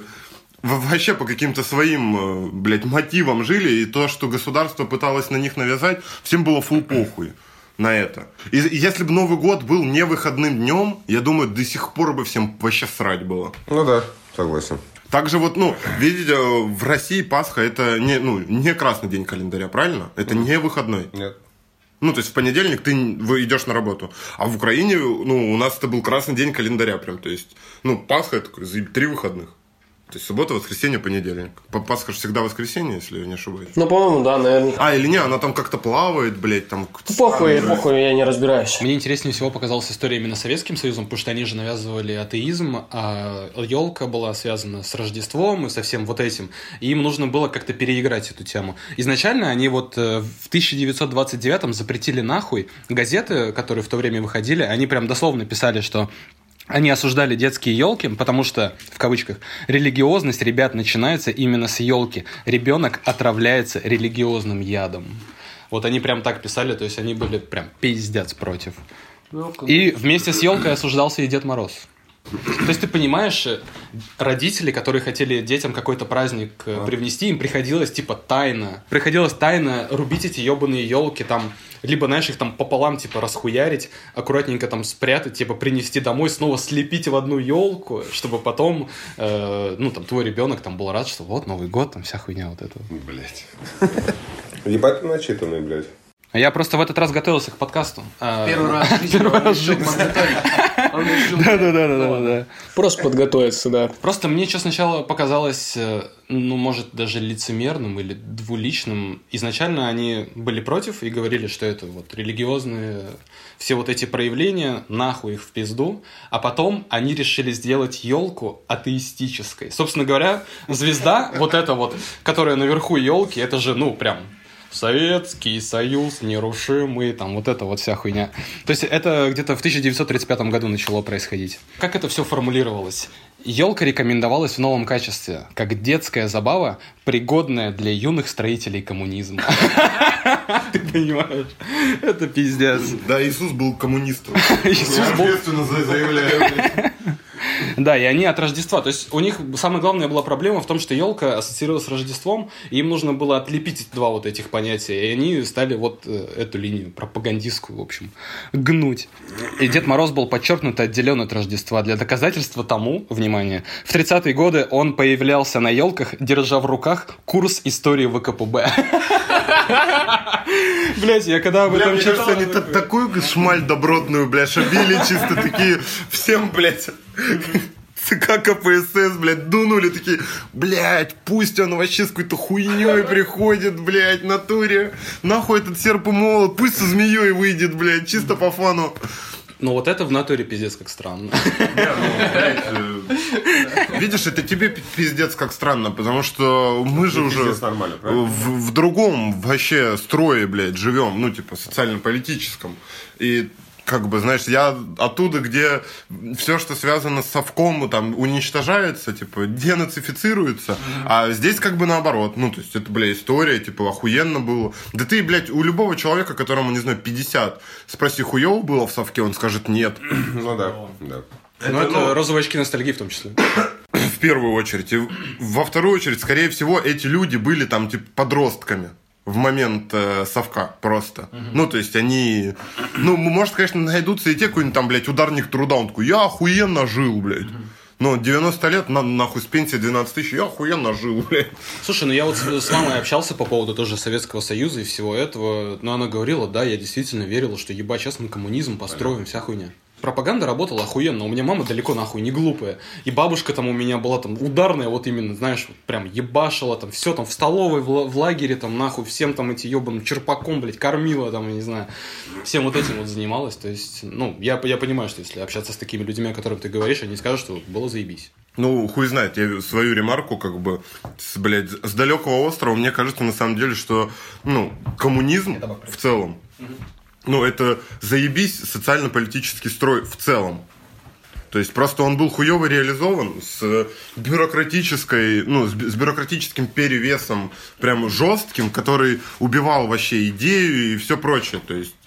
[SPEAKER 3] вообще по каким-то своим, блядь, мотивам жили, и то, что государство пыталось на них навязать, всем было фул похуй на это. И если бы Новый год был не выходным днем, я думаю, до сих пор бы всем вообще срать было.
[SPEAKER 4] Ну да, согласен.
[SPEAKER 3] Также вот, ну, видите, в России Пасха это не, ну, не красный день календаря, правильно? Это mm. не выходной.
[SPEAKER 4] Нет.
[SPEAKER 3] Ну, то есть в понедельник ты идешь на работу. А в Украине, ну, у нас это был красный день календаря прям. То есть, ну, Пасха это три выходных. То есть суббота, воскресенье, понедельник. Пасха же всегда воскресенье, если я не ошибаюсь.
[SPEAKER 2] Ну, по-моему, да, наверное.
[SPEAKER 3] А, или не, она там как-то плавает, блядь, там...
[SPEAKER 2] Похуй, похуй, я не разбираюсь.
[SPEAKER 1] Мне интереснее всего показалась история именно с Советским Союзом, потому что они же навязывали атеизм, а елка была связана с Рождеством и со всем вот этим. И им нужно было как-то переиграть эту тему. Изначально они вот в тысяча девятьсот двадцать девятом запретили нахуй газеты, которые в то время выходили, они прям дословно писали, что... Они осуждали детские елки, потому что, в кавычках, религиозность, ребят, начинается именно с елки. Ребенок отравляется религиозным ядом. Вот они прям так писали, то есть они были прям пиздец против. И вместе с елкой осуждался и Дед Мороз. То есть ты понимаешь, родители, которые хотели детям какой-то праздник а. привнести, им приходилось типа тайно. Приходилось тайно рубить эти ебаные елки, там, либо, знаешь, их там пополам типа расхуярить, аккуратненько там спрятать, типа принести домой, снова слепить в одну елку, чтобы потом, э, ну там твой ребенок там был рад, что вот Новый год, там вся хуйня вот эта.
[SPEAKER 4] Блять. Ебать ты начитанный, блядь.
[SPEAKER 1] Я просто в этот раз готовился к подкасту.
[SPEAKER 5] Первый раз в жизни он решил подготовить.
[SPEAKER 1] Да-да-да.
[SPEAKER 2] Просто подготовиться, да.
[SPEAKER 1] Просто мне что сначала показалось, ну, может, даже лицемерным или двуличным. Изначально они были против и говорили, что это вот религиозные все вот эти проявления, нахуй их в пизду. А потом они решили сделать елку атеистической. Собственно говоря, звезда, вот эта вот, которая наверху елки, это же, ну, прям... Советский Союз, нерушимый, там вот эта вот вся хуйня. То есть это где-то в тысяча девятьсот тридцать пятом году начало происходить. Как это все формулировалось? Елка рекомендовалась в новом качестве, как детская забава, пригодная для юных строителей коммунизма. Ты понимаешь? Это пиздец.
[SPEAKER 3] Да, Иисус был коммунистом.
[SPEAKER 1] Иисус был...
[SPEAKER 3] ответственно заявляю.
[SPEAKER 1] Да, и они от Рождества. То есть у них самая главная была проблема в том, что елка ассоциировалась с Рождеством, и им нужно было отлепить два вот этих понятия. И они стали вот эту линию пропагандистскую, в общем, гнуть. И Дед Мороз был подчеркнуто отделен от Рождества. Для доказательства тому, внимание, в тридцатые годы он появлялся на елках, держа в руках курс истории ВКПБ. Блять, я когда об этом читал...
[SPEAKER 3] Мне кажется, они такую шмаль добротную, блядь, шабили чисто такие, всем, блядь, ЦК КПСС, блядь, дунули такие, блядь, пусть он вообще с какой-то хуйней приходит, блядь, в натуре, нахуй этот серп и молот, пусть со змеей выйдет, блядь, чисто по фану.
[SPEAKER 1] Ну вот это в натуре пиздец как странно.
[SPEAKER 3] Видишь, это тебе пиздец как странно, потому что мы же уже в, в другом вообще строе, блядь, живем, ну, типа, социально-политическом. И как бы, знаешь, я оттуда, где все, что связано с совком, там, уничтожается, типа, денацифицируется, mm-hmm. а здесь как бы наоборот. Ну, то есть, это, бля, история, типа, охуенно было. Да ты, блядь, у любого человека, которому, не знаю, пятьдесят, спроси, хуёво было в совке, он скажет нет.
[SPEAKER 4] Ну, да, да.
[SPEAKER 1] Ну, это, это розовые очки ностальгии в том числе.
[SPEAKER 3] В первую очередь. И во вторую очередь, скорее всего, эти люди были там, типа, подростками в момент э, совка просто. Uh-huh. Ну, то есть, они... Ну, может, конечно, найдутся и те, какой-нибудь там, блядь, ударник труда. Он такой, я охуенно жил, блядь. Uh-huh. Ну, девяносто лет, на, нахуй, с пенсии двенадцать тысяч, я охуенно жил, блядь.
[SPEAKER 1] Слушай, ну я вот с, с мамой общался по поводу тоже Советского Союза и всего этого. Но она говорила, да, я действительно верила, что ебать, сейчас мы коммунизм построим, Понятно. Вся хуйня. Пропаганда работала охуенно. У меня мама далеко нахуй не глупая. И бабушка там у меня была там ударная, вот именно, знаешь, вот прям ебашила там все там в столовой, в, в лагере там нахуй, всем там эти ебаным черпаком, блядь, кормила там, я не знаю. Всем вот этим вот занималась. То есть, ну, я, я понимаю, что если общаться с такими людьми, о которых ты говоришь, они скажут, что было заебись.
[SPEAKER 3] Ну, хуй знает, я свою ремарку, как бы, с, блядь, с далекого острова, мне кажется, на самом деле, что, ну, коммунизм в целом, ну, это заебись социально-политический строй в целом. То есть просто он был хуёво реализован с бюрократической, ну, с бюрократическим перевесом прям жестким, который убивал вообще идею и все прочее. То есть,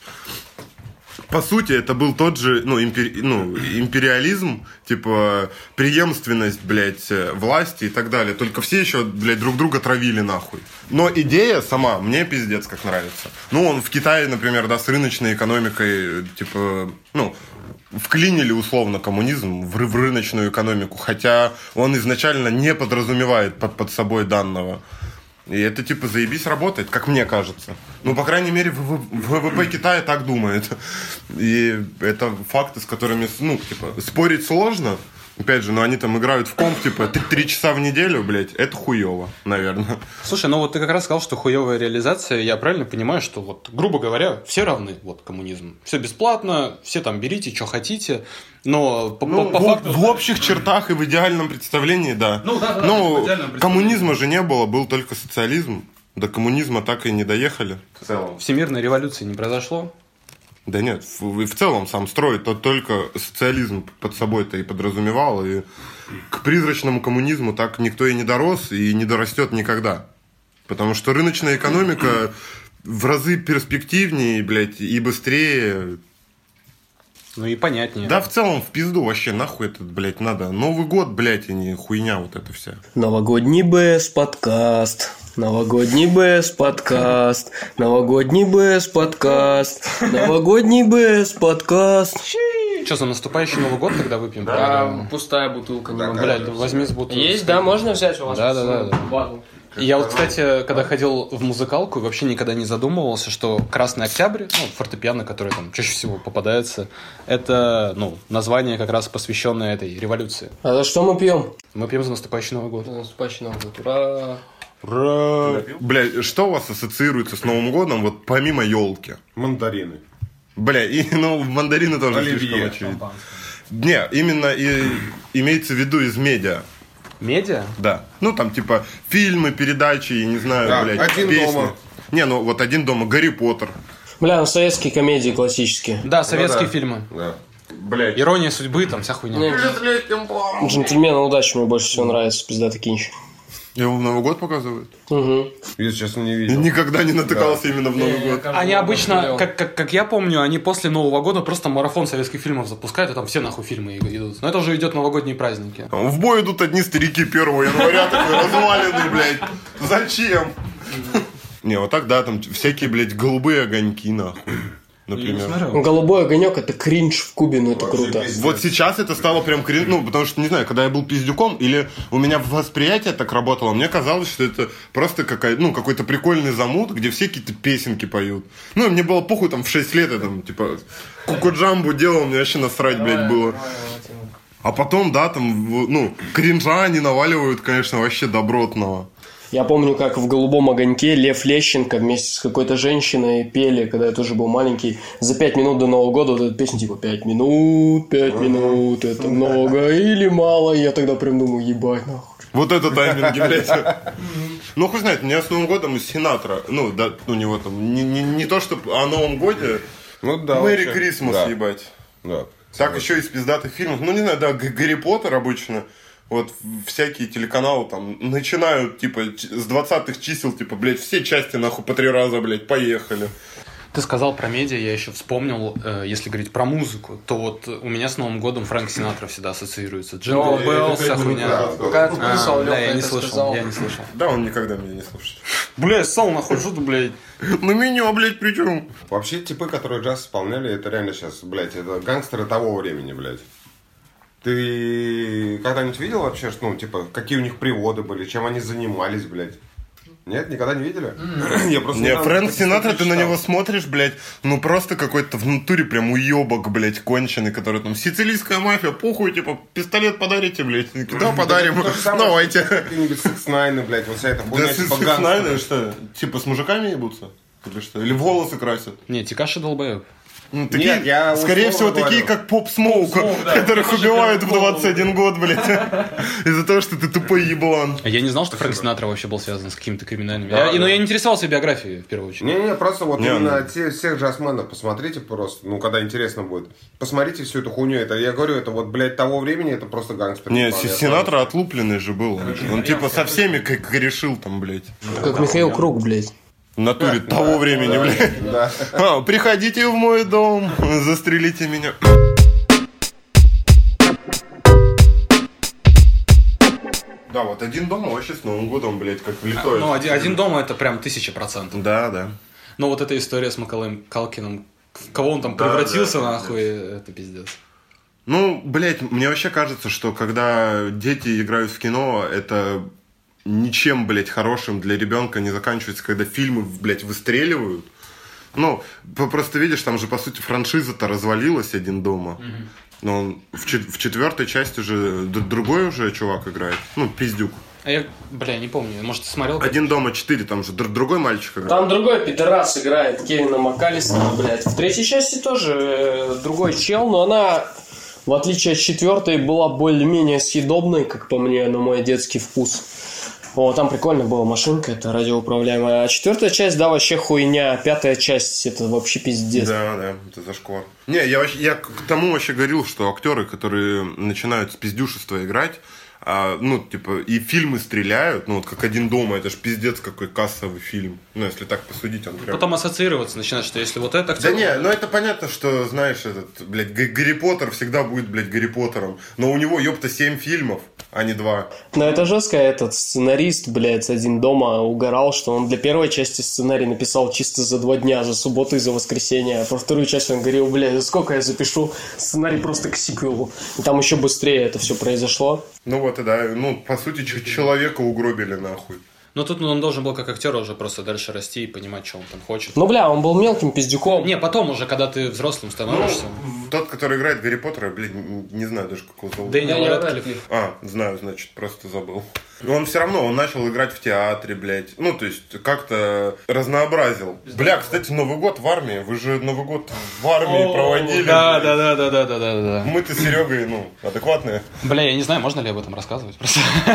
[SPEAKER 3] по сути, это был тот же, ну, импери... ну, империализм, типа преемственность, блядь, власти и так далее. Только все еще, блядь, друг друга травили нахуй. Но идея сама мне пиздец как нравится. Ну, он в Китае, например, да, с рыночной экономикой, типа, ну, вклинили условно коммунизм в, ры- в рыночную экономику, хотя он изначально не подразумевает под, под собой данного. И это типа заебись работает, как мне кажется. Ну, по крайней мере, ВВП Китая так думает. И это факты, с которыми, ну, типа, спорить сложно. Опять же, ну они там играют в комп, типа, три часа в неделю, блядь, это хуёво, наверное.
[SPEAKER 1] Слушай, ну вот ты как раз сказал, что хуёвая реализация, я правильно понимаю, что вот, грубо говоря, все равны, вот, коммунизм. Все бесплатно, все там берите, что хотите, но по,
[SPEAKER 3] ну,
[SPEAKER 1] по, по
[SPEAKER 3] в,
[SPEAKER 1] факту...
[SPEAKER 3] В общих чертах и в идеальном представлении, да.
[SPEAKER 1] Ну, да, да,
[SPEAKER 3] но
[SPEAKER 1] в идеальном
[SPEAKER 3] коммунизма же не было, был только социализм. До коммунизма так и не доехали. В целом.
[SPEAKER 1] Всемирной революции не произошло?
[SPEAKER 3] Да нет, в, в целом сам строй, то только социализм под собой-то и подразумевал, и к призрачному коммунизму так никто и не дорос, и не дорастет никогда. Потому что рыночная экономика в разы перспективнее, блядь, и быстрее.
[SPEAKER 1] Ну и понятнее.
[SPEAKER 3] Да, в целом, в пизду вообще, нахуй это, блядь, надо. Новый год, блядь, и не хуйня вот эта вся.
[SPEAKER 2] Новогодний БС подкаст. Новогодний БС подкаст. Новогодний БС подкаст. Новогодний БС подкаст.
[SPEAKER 1] Что, за наступающий Новый год тогда выпьем?
[SPEAKER 2] Да, пустая бутылка.
[SPEAKER 1] Да, блядь, возьми с бутылки.
[SPEAKER 2] Есть, да, можно взять у вас?
[SPEAKER 1] Да, да, да, да. Я вот, кстати, когда ходил в музыкалку, вообще никогда не задумывался, что «Красный октябрь», ну, фортепиано, которое там чаще всего попадается, это, ну, название как раз посвященное этой революции.
[SPEAKER 2] А за что мы пьем?
[SPEAKER 1] Мы пьем за наступающий Новый год.
[SPEAKER 2] За наступающий Новый год. Ура!
[SPEAKER 3] Ура! Бля, что у вас ассоциируется с Новым годом, вот помимо елки?
[SPEAKER 4] Мандарины.
[SPEAKER 3] Бля, и, ну, мандарины тоже
[SPEAKER 4] Оливье.
[SPEAKER 3] слишком очевидно. Не, именно и, имеется в виду из медиа.
[SPEAKER 1] Медиа?
[SPEAKER 3] Да. Ну, там, типа, фильмы, передачи, я не знаю,
[SPEAKER 4] Да,
[SPEAKER 3] блядь,
[SPEAKER 4] «Один
[SPEAKER 3] песни.
[SPEAKER 4] дома».
[SPEAKER 3] Не, ну, вот «Один дома», «Гарри Поттер».
[SPEAKER 2] Бля, ну советские комедии классические.
[SPEAKER 1] Да, советские
[SPEAKER 4] Ну да.
[SPEAKER 1] фильмы.
[SPEAKER 4] Да.
[SPEAKER 3] Блядь.
[SPEAKER 1] «Ирония судьбы», там вся хуйня.
[SPEAKER 2] Джентльмены удачи мне больше всего нравится, пиздатый кинчик.
[SPEAKER 3] Его в Новый год показывают?
[SPEAKER 2] Угу.
[SPEAKER 4] Я, честно, не
[SPEAKER 3] Я
[SPEAKER 4] видел.
[SPEAKER 3] никогда не натыкался именно в Новый год.
[SPEAKER 1] Они обычно, как, как, как я помню, они после Нового года просто марафон советских фильмов запускают, и там все нахуй фильмы идут. Но это уже идет новогодние праздники.
[SPEAKER 3] В бой идут одни старики первого января, такой разваленный, блядь. Зачем? Не, вот так, да, там всякие, блядь, голубые огоньки, нахуй. Например.
[SPEAKER 2] Ну, голубой огонек это кринж в Кубе, ну это
[SPEAKER 4] Вообще
[SPEAKER 2] круто.
[SPEAKER 4] пиздец.
[SPEAKER 3] Вот сейчас это стало прям крин... Ну, потому что, не знаю, когда я был пиздюком, или у меня восприятие так работало, мне казалось, что это просто какая... ну, какой-то прикольный замут, где все какие-то песенки поют. Ну, и мне было похуй, там, в шесть лет я там, типа, кукуджамбу делал, мне вообще насрать, блядь, было. А потом, да, там, в- ну, кринжа они наваливают, конечно, вообще добротного.
[SPEAKER 2] Я помню, как в «Голубом огоньке» Лев Лещенко вместе с какой-то женщиной пели, когда я тоже был маленький, за пять минут до Нового года вот эту песню, типа «Пять минут, пять минут, это много или мало?» И я тогда прям думаю, ебать, нахуй.
[SPEAKER 3] Вот это тайминги, блядь. Ну, хуй знает, мне с Новым годом из Синатра, ну, да, у него там, не, не, не то, что о Новом годе,
[SPEAKER 4] Ну да.
[SPEAKER 3] Мэри
[SPEAKER 4] вообще.
[SPEAKER 3] Крисмас,
[SPEAKER 4] Да.
[SPEAKER 3] ебать.
[SPEAKER 4] Да.
[SPEAKER 3] Так еще из пиздатых фильмов. Ну, не знаю, да, Г- Гарри Поттер обычно. Вот всякие телеканалы там начинают, типа, ч- с двадцатых чисел, типа, блядь, все части, нахуй, по три раза, блядь, поехали.
[SPEAKER 1] Ты сказал про медиа, я еще вспомнил, э, если говорить про музыку, то вот у меня с Новым годом Фрэнк Синатра всегда ассоциируется. Джингл
[SPEAKER 4] Да,
[SPEAKER 1] Белл,
[SPEAKER 4] это
[SPEAKER 1] вся
[SPEAKER 4] как
[SPEAKER 1] хуйня.
[SPEAKER 4] да, да.
[SPEAKER 2] Когда ты
[SPEAKER 1] А,
[SPEAKER 2] писал,
[SPEAKER 1] да,
[SPEAKER 2] Лёха
[SPEAKER 1] я не
[SPEAKER 2] это
[SPEAKER 1] слышал,
[SPEAKER 2] сказал.
[SPEAKER 1] я не слышал.
[SPEAKER 3] Да, он никогда меня не слушает.
[SPEAKER 1] Бля, ссал нахуй, что ты, блядь?
[SPEAKER 3] На меня, блядь, при чем?
[SPEAKER 4] Вообще, типы, которые джаз исполняли, это реально сейчас, блядь, это гангстеры того времени, блядь. Ты когда-нибудь видел вообще, что, ну, типа, какие у них приводы были, чем они занимались, блядь? Нет, никогда не видели? Я просто
[SPEAKER 3] Не,
[SPEAKER 4] недавно
[SPEAKER 3] Фрэнк
[SPEAKER 4] такие
[SPEAKER 3] Синатра,
[SPEAKER 4] статьи
[SPEAKER 3] ты на
[SPEAKER 4] читал.
[SPEAKER 3] него смотришь, блядь, ну просто какой-то в натуре прям уебок, блядь, конченый, который там, сицилийская мафия, похуй, типа, пистолет подарите, блядь. Такие, да, подарим,
[SPEAKER 4] То же самое,
[SPEAKER 3] давайте.
[SPEAKER 4] что Какие-нибудь Six Nine, блядь, вот вся эта
[SPEAKER 3] Да,
[SPEAKER 4] хуйня, типа
[SPEAKER 3] Сикснайны,
[SPEAKER 4] гангстеры.
[SPEAKER 3] что, типа, с мужиками ебутся? Или что? Или волосы красят?
[SPEAKER 1] Не, Текаши долбоеб.
[SPEAKER 3] Ну, такие,
[SPEAKER 4] Нет, я
[SPEAKER 3] скорее всего,
[SPEAKER 4] условно
[SPEAKER 3] такие,
[SPEAKER 4] говорю.
[SPEAKER 3] как Поп Смоук,
[SPEAKER 1] да.
[SPEAKER 3] которых убивают в двадцать один год, блядь. Из-за того, что ты тупой еблан.
[SPEAKER 1] Я не знал, что Фрэнк Синатра вообще был связан с какими-то криминальными.
[SPEAKER 4] Да,
[SPEAKER 1] Я-
[SPEAKER 4] да.
[SPEAKER 1] Но я не интересовался биографией, в первую очередь.
[SPEAKER 4] Не-не, просто вот
[SPEAKER 3] Не,
[SPEAKER 4] именно
[SPEAKER 3] ну.
[SPEAKER 4] те, всех джазменов посмотрите просто, ну, когда интересно будет. Посмотрите всю эту хуйню. Это, я говорю, это вот, блядь, того времени, это просто гангстер.
[SPEAKER 3] Не,
[SPEAKER 4] Понятно.
[SPEAKER 3] Синатра отлупленный же был. Он, он типа со всеми как решил там, блядь.
[SPEAKER 2] Как Михаил Круг, блядь.
[SPEAKER 3] В натуре того времени, блядь.
[SPEAKER 4] Да.
[SPEAKER 3] А, приходите в мой дом, застрелите меня. Да, вот один дома вообще с Новым годом, блядь, как влитой.
[SPEAKER 1] Ну, один, один дома это прям тысяча процентов.
[SPEAKER 3] Да, да.
[SPEAKER 1] Но вот эта история с Макалеем Калкиным, в кого он там
[SPEAKER 3] Да,
[SPEAKER 1] превратился,
[SPEAKER 3] да,
[SPEAKER 1] нахуй, это пиздец.
[SPEAKER 3] Ну, блядь, мне вообще кажется, что когда дети играют в кино, это ничем, блядь, хорошим для ребенка не заканчивается, когда фильмы, блядь, выстреливают. Ну, по- просто видишь, там же, по сути, франшиза-то развалилась «Один дома». Но он в, чет- в четвертой части же д- другой уже чувак играет. Ну, пиздюк.
[SPEAKER 1] А я, бля, не помню, может, ты смотрел?
[SPEAKER 3] «Один дома четыре», там же др- другой мальчик играет.
[SPEAKER 2] Там другой пидорас играет, Кевина МакКаллистера, блядь. В третьей части тоже э, другой чел, но она, в отличие от четвертой, была более-менее съедобной, как по мне, на мой детский вкус. О, там прикольно была машинка, это радиоуправляемая. А четвертая часть, да, вообще хуйня. Пятая часть, это вообще пиздец.
[SPEAKER 3] Да, да, это зашквар. Не, я, вообще, я к тому вообще говорил, что актеры, которые начинают с пиздюшества играть, а, ну, типа, и фильмы стреляют, ну, вот как «Один дома», это ж пиздец какой кассовый фильм. Ну, если так посудить, он прям...
[SPEAKER 1] Потом ассоциироваться начинает, что если вот это...
[SPEAKER 3] Да не, ну это понятно, что, знаешь, этот, блядь, Г- Гарри Поттер всегда будет, блядь, Гарри Поттером. Но у него, ёпта, семь фильмов, а не два.
[SPEAKER 2] Но это жестко, этот сценарист, блядь, «Один дома» угорал, что он для первой части сценарий написал чисто за два дня, за субботу и за воскресенье. А про вторую часть он говорил, блядь, за сколько я запишу сценарий просто к сиквелу. И там еще быстрее это все произошло.
[SPEAKER 3] Ну вот и да, ну, по сути, ч- человека угробили нахуй.
[SPEAKER 1] Ну, тут он должен был как актер уже просто дальше расти и понимать, что он там хочет.
[SPEAKER 2] Ну, бля, он был мелким пиздюком.
[SPEAKER 1] Не, потом уже, когда ты взрослым становишься.
[SPEAKER 3] Тот, который играет Гарри Поттера, блядь, н- не знаю даже, как его зовут.
[SPEAKER 1] Дэниел
[SPEAKER 2] Дэниел
[SPEAKER 1] Рэдклифф.
[SPEAKER 2] Рэдклифф.
[SPEAKER 3] А, знаю, значит, просто забыл. Но он все равно, он начал играть в театре, блядь. Ну, то есть, как-то разнообразил. Бля, кстати, Новый год в армии. Вы же Новый год в армии проводили.
[SPEAKER 1] Да,
[SPEAKER 3] блядь.
[SPEAKER 1] да, да, да, да, да, да, да.
[SPEAKER 3] Мы-то с Серегой, ну, адекватные.
[SPEAKER 1] Бля, я не знаю, можно ли об этом рассказывать. Просто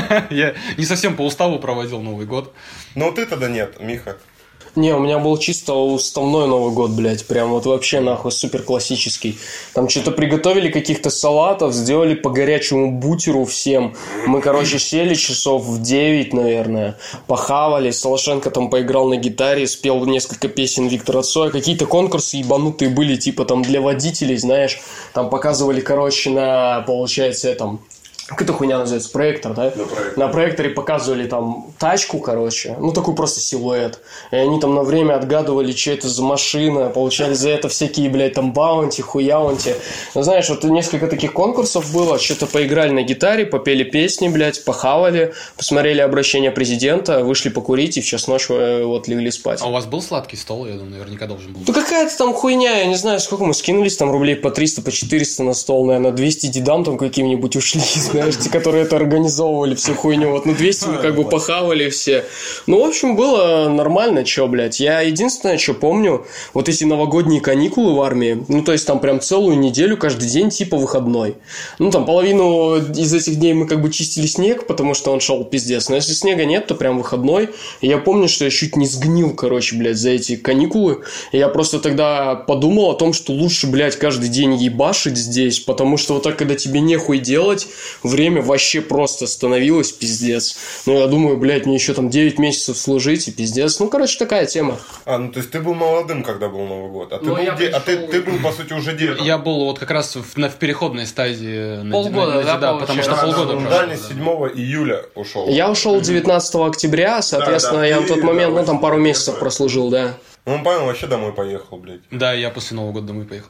[SPEAKER 1] я не совсем по уставу проводил Новый год.
[SPEAKER 3] Но ты тогда нет, Миха.
[SPEAKER 2] Не, у меня был чисто уставной Новый год, блядь. Прям вот вообще нахуй супер классический. Там что-то приготовили каких-то салатов, сделали по горячему бутеру всем. Мы, короче, сели часов в девять, наверное. Похавали. Солошенко там поиграл на гитаре, спел несколько песен Виктора Цоя. Какие-то конкурсы ебанутые были, типа там для водителей, знаешь. Там показывали, короче, на, получается, там... Как эта хуйня называется? Проектор, да? На, проектор. На проекторе показывали там тачку, короче. Ну, такой просто силуэт. И они там на время отгадывали, что это за машина. Получали за это всякие, блядь, там баунти, хуяунти. Ну, знаешь, вот несколько таких конкурсов было. Что-то поиграли на гитаре, попели песни, блядь, похавали. Посмотрели обращение президента, вышли покурить и в час ночи вот легли спать.
[SPEAKER 1] А у вас был сладкий стол? Я думаю, наверняка должен был.
[SPEAKER 2] Ну, какая-то там хуйня, я не знаю, сколько мы скинулись, там рублей по триста, по четыреста на стол, наверное, двести дедам там каким-нибудь ушли, знаешь, те, которые это организовывали, всю хуйню. Вот, ну, двести мы как бы похавали все. Ну, в общем, было нормально, чё, блядь. Я единственное, что помню, вот эти новогодние каникулы в армии, ну, то есть там прям целую неделю, каждый день типа выходной. Ну, там половину из этих дней мы как бы чистили снег, потому что он шел пиздец. Но если снега нет, то прям выходной. И я помню, что я чуть не сгнил, короче, блядь, за эти каникулы. И я просто тогда подумал о том, что лучше, блядь, каждый день ебашить здесь, потому что вот так, когда тебе нехуй делать, время вообще просто становилось пиздец. Ну, я думаю, блядь, мне еще там девять месяцев служить и пиздец. Ну, короче, такая тема.
[SPEAKER 3] А, ну то есть ты был молодым, когда был Новый год. А ты,
[SPEAKER 2] Ну,
[SPEAKER 3] был,
[SPEAKER 2] я
[SPEAKER 3] де- а ты,
[SPEAKER 2] пришел-
[SPEAKER 3] ты был, по сути, уже дедом.
[SPEAKER 1] Я был вот как раз в, на, в переходной стадии. на-
[SPEAKER 2] Полгода,
[SPEAKER 1] на- на-
[SPEAKER 2] да,
[SPEAKER 1] потому что
[SPEAKER 2] получается?
[SPEAKER 1] полгода
[SPEAKER 3] Он
[SPEAKER 1] прошло.
[SPEAKER 3] дальний седьмого июля ушел.
[SPEAKER 2] Я ушел девятнадцатого октября, соответственно,
[SPEAKER 3] Да, да.
[SPEAKER 2] я на тот
[SPEAKER 3] И,
[SPEAKER 2] момент,
[SPEAKER 3] да,
[SPEAKER 2] ну, там пару
[SPEAKER 3] очень
[SPEAKER 2] месяцев
[SPEAKER 3] прикольно.
[SPEAKER 2] прослужил, да.
[SPEAKER 3] Ну, он, по-моему, вообще домой поехал, блядь.
[SPEAKER 1] Да, я после Нового года домой поехал.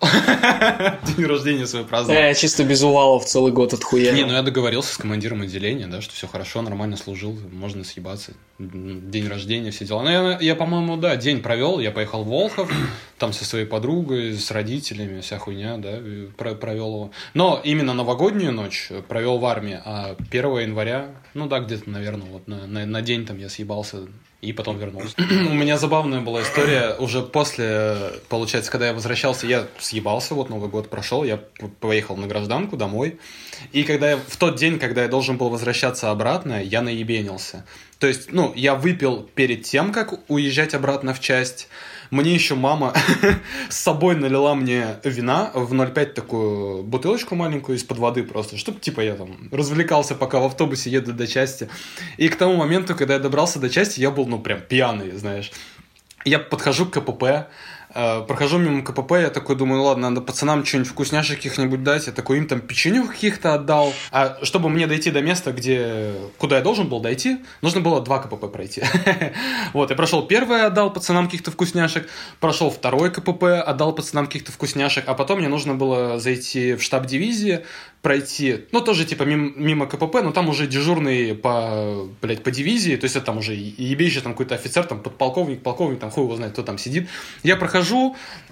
[SPEAKER 1] День рождения свой праздновал.
[SPEAKER 2] Я чисто без увалов целый год отхуя.
[SPEAKER 1] Не, ну я договорился с командиром отделения, да, что все хорошо, нормально служил, можно съебаться. День рождения, все дела. Ну, я, я, по-моему, да, день провел, я поехал в Волхов, там со своей подругой, с родителями, вся хуйня, да, и про- провел его. Но именно новогоднюю ночь провел в армии, а первого января, ну да, где-то, наверное, вот на, на, на день там я съебался и потом вернулся. У меня забавная была история уже после, получается, когда я возвращался, я съебался, вот Новый год прошел, я поехал на гражданку домой, и когда я, в тот день, когда я должен был возвращаться обратно, я наебенился. То есть, ну, я выпил перед тем, как уезжать обратно в часть. Мне еще мама с собой налила мне вина в ноль пять такую бутылочку маленькую из-под воды просто, чтобы типа я там развлекался, пока в автобусе еду до части. И к тому моменту, когда я добрался до части, я был, ну, прям пьяный, знаешь. Я подхожу к КПП, э, прохожу мимо КПП, я такой думаю, ну ладно, надо пацанам что-нибудь вкусняшек каких-нибудь дать. Я такой им там печенью каких-то отдал. А чтобы мне дойти до места, где, куда я должен был дойти, нужно было два КПП пройти. Вот, я прошел первое, отдал пацанам каких-то вкусняшек, прошел второй КПП, отдал пацанам каких-то вкусняшек, а потом мне нужно было зайти в штаб дивизии, пройти, ну, тоже, типа, мимо, мимо КПП, но там уже дежурный по, блядь, по дивизии, то есть это там уже ебейший там какой-то офицер, там, подполковник, полковник, там, хуй его знает, кто там сидит. Я прохожу,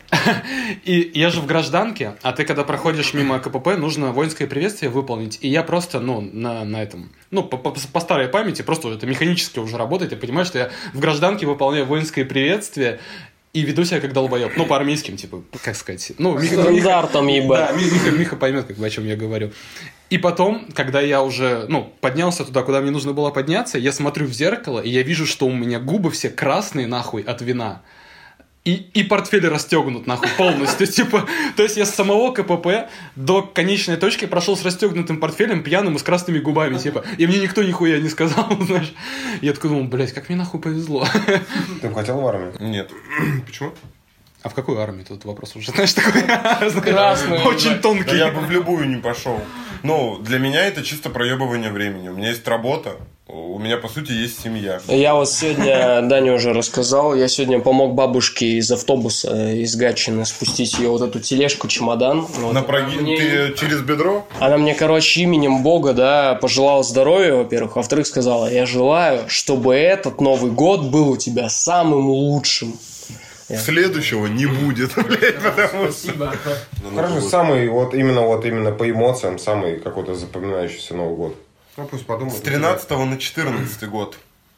[SPEAKER 1] и я же в гражданке, а ты, когда проходишь мимо КПП, нужно воинское приветствие выполнить, и я просто, ну, на, на этом, ну, по, по, по старой памяти, просто это механически уже работает, я понимаю, что я в гражданке выполняю воинское приветствие, и веду себя как долбоеб. Ну, по армейским, типа, как сказать. Ну, Миха,
[SPEAKER 2] стандартом, ебать.
[SPEAKER 1] Да, Миха, Миха поймет, как бы, о чем я говорю. И потом, когда я уже, ну, поднялся туда, куда мне нужно было подняться, я смотрю в зеркало, и я вижу, что у меня губы все красные, нахуй, от вина. И, и портфель расстегнут, нахуй, полностью, типа, то есть я с самого КПП до конечной точки прошел с расстегнутым портфелем, пьяным и с красными губами, типа, и мне никто нихуя не сказал, знаешь. Я такой думал, блядь, как мне нахуй повезло.
[SPEAKER 4] Ты хотел в армию?
[SPEAKER 3] Нет.
[SPEAKER 4] Почему?
[SPEAKER 1] А в какую армию? Тут вопрос уже, знаешь, такой
[SPEAKER 2] Красный.
[SPEAKER 1] очень тонкий.
[SPEAKER 3] Да я бы в любую не пошел. Ну, для меня это чисто проебывание времени. У меня есть работа, у меня, по сути, есть семья.
[SPEAKER 2] Я вот сегодня, Даня уже рассказал, я сегодня помог бабушке из автобуса из Гатчины спустить ее вот эту тележку, чемодан. Вот.
[SPEAKER 3] На проги...
[SPEAKER 2] Мне...
[SPEAKER 3] Ты через бедро?
[SPEAKER 2] Она мне, короче, именем Бога, да, пожелала здоровья, во-первых. Во-вторых, сказала, я желаю, чтобы этот Новый год был у тебя самым лучшим.
[SPEAKER 3] Следующего не будет, блядь, потому что...
[SPEAKER 4] Короче, самый, вот именно, вот именно по эмоциям, самый какой-то запоминающийся Новый год. Ну, пусть подумают.
[SPEAKER 3] С тринадцатого на четырнадцатый год.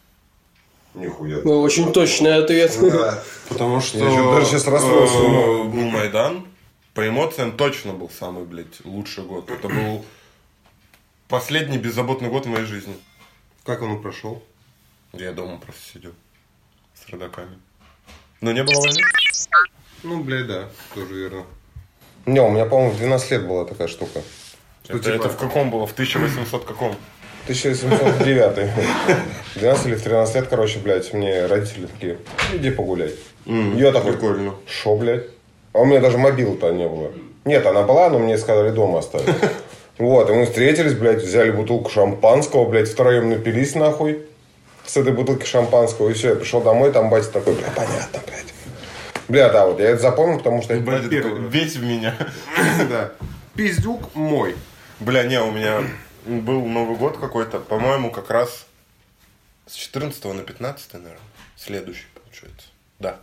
[SPEAKER 4] Нихуя.
[SPEAKER 2] Ну, очень точный ответ.
[SPEAKER 4] Да.
[SPEAKER 3] Потому что...
[SPEAKER 4] Я еще даже сейчас расстроился.
[SPEAKER 3] э, Был Майдан. По эмоциям точно был самый, блядь, лучший год. Это был последний беззаботный год в моей жизни.
[SPEAKER 4] Как он прошел?
[SPEAKER 3] Я дома просто сидел с родаками. Но не было войны?
[SPEAKER 4] Ну, блядь, да, тоже верно. Не, у меня, по-моему, в двенадцать лет была такая штука.
[SPEAKER 3] Это,
[SPEAKER 4] типа...
[SPEAKER 3] это в каком было? В тысяча восемьсот каком?
[SPEAKER 4] тысяча восемьсот девятый. В двенадцать или в тринадцать лет, короче, блядь, мне родители такие, иди погулять. Mm, я такой,
[SPEAKER 3] прикольно.
[SPEAKER 4] Шо, блядь? А у меня даже мобилы-то не было. Нет, она была, но мне сказали дома оставить. Вот, и мы встретились, блядь, взяли бутылку шампанского, блядь, втроем напились, нахуй. С этой бутылки шампанского, и все, я пришел домой, там батя такой, бля, понятно, блядь. Бля, да, вот я это запомнил, потому что...
[SPEAKER 3] Батя такой, весь в меня.
[SPEAKER 4] Да. Пиздюк мой.
[SPEAKER 3] Бля, не, у меня был Новый год какой-то, по-моему, как раз с четырнадцатого на пятнадцатое, наверное. Следующий, получается. Да.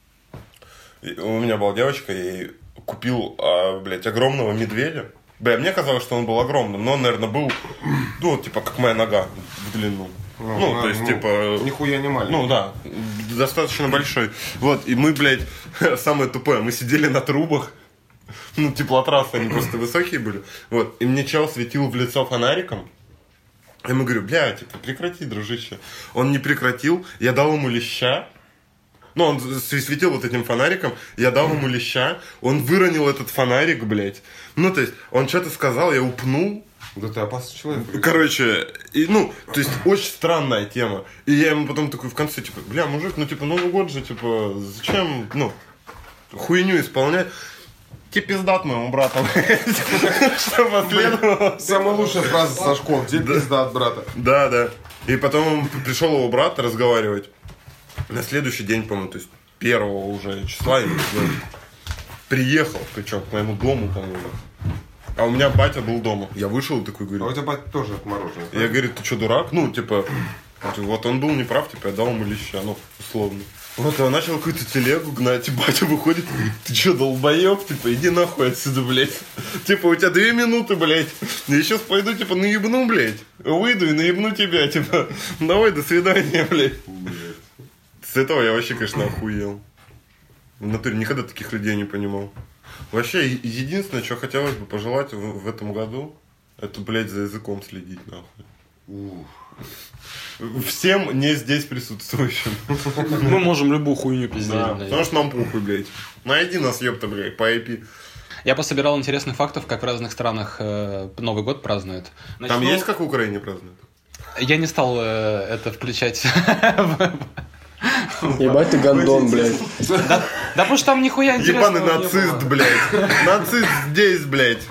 [SPEAKER 3] И у меня была девочка, я ей купил, а, блядь, огромного медведя. Бля, мне казалось, что он был огромным, но он, наверное, был, ну, типа, как моя нога в длину. Ну, ну, то есть, ну, типа...
[SPEAKER 4] Нихуя не маленький.
[SPEAKER 3] Ну, да, достаточно большой. Вот, и мы, блядь, самое тупое, мы сидели на трубах. Ну, теплотрассы, они просто высокие были. Вот, и мне чел светил в лицо фонариком. Я ему говорю, бля, типа, прекрати, дружище. Он не прекратил, я дал ему леща. Ну, он светил вот этим фонариком, я дал ему леща. Он выронил этот фонарик, блядь. Ну, то есть, он что-то сказал, я упнул.
[SPEAKER 4] Да ты опасный человек.
[SPEAKER 3] Короче, и, ну, то есть, очень странная тема. И я ему потом такой в конце, типа, бля, мужик, ну, типа, Новый год же, типа, зачем, ну, хуйню исполнять? Тебе пиздат моему брату. Что последовало?
[SPEAKER 4] Самая лучшая фраза со школы. Тебе пиздат, брата.
[SPEAKER 3] Да, да. И потом пришел его брат разговаривать. На следующий день, по-моему, то есть первого уже числа, приехал, причем к моему дому, по-моему. А у меня батя был дома. Я вышел и такой говорю.
[SPEAKER 4] А у тебя батя тоже отмороженный.
[SPEAKER 3] Я говорю, ты что, дурак? Ну, типа, вот он был неправ, типа, я дал ему леща, ну, условно. Вот, я начал какую-то телегу гнать, и батя выходит, говорит, ты что, долбоеб? Типа, иди нахуй отсюда, блядь. Типа, у тебя две минуты, блядь. Я сейчас пойду, типа, наебну, блядь. Выйду и наебну тебя, типа, давай, до свидания, блядь. С этого я вообще, конечно, охуел. В натуре никогда таких людей не понимал. Вообще, е- единственное, что хотелось бы пожелать в, в этом году, это, блядь, за языком следить, нахуй. Всем не здесь присутствующим.
[SPEAKER 1] Мы можем любую хуйню пиздеть,
[SPEAKER 3] Да,
[SPEAKER 1] блядь.
[SPEAKER 3] потому что нам похуй, блядь. Найди нас, ёпта, блядь, по ай пи.
[SPEAKER 1] Я пособирал интересных фактов, как в разных странах э, Новый год празднуют.
[SPEAKER 3] Там
[SPEAKER 1] Начну-
[SPEAKER 3] есть, как в Украине празднуют?
[SPEAKER 1] Я не стал э, это включать.
[SPEAKER 2] Ебать ты гандон, блядь.
[SPEAKER 1] Да потому что там нихуя интересного
[SPEAKER 3] Ебаный
[SPEAKER 1] не
[SPEAKER 3] нацист,
[SPEAKER 1] было.
[SPEAKER 3] блядь. Нацист здесь, блядь.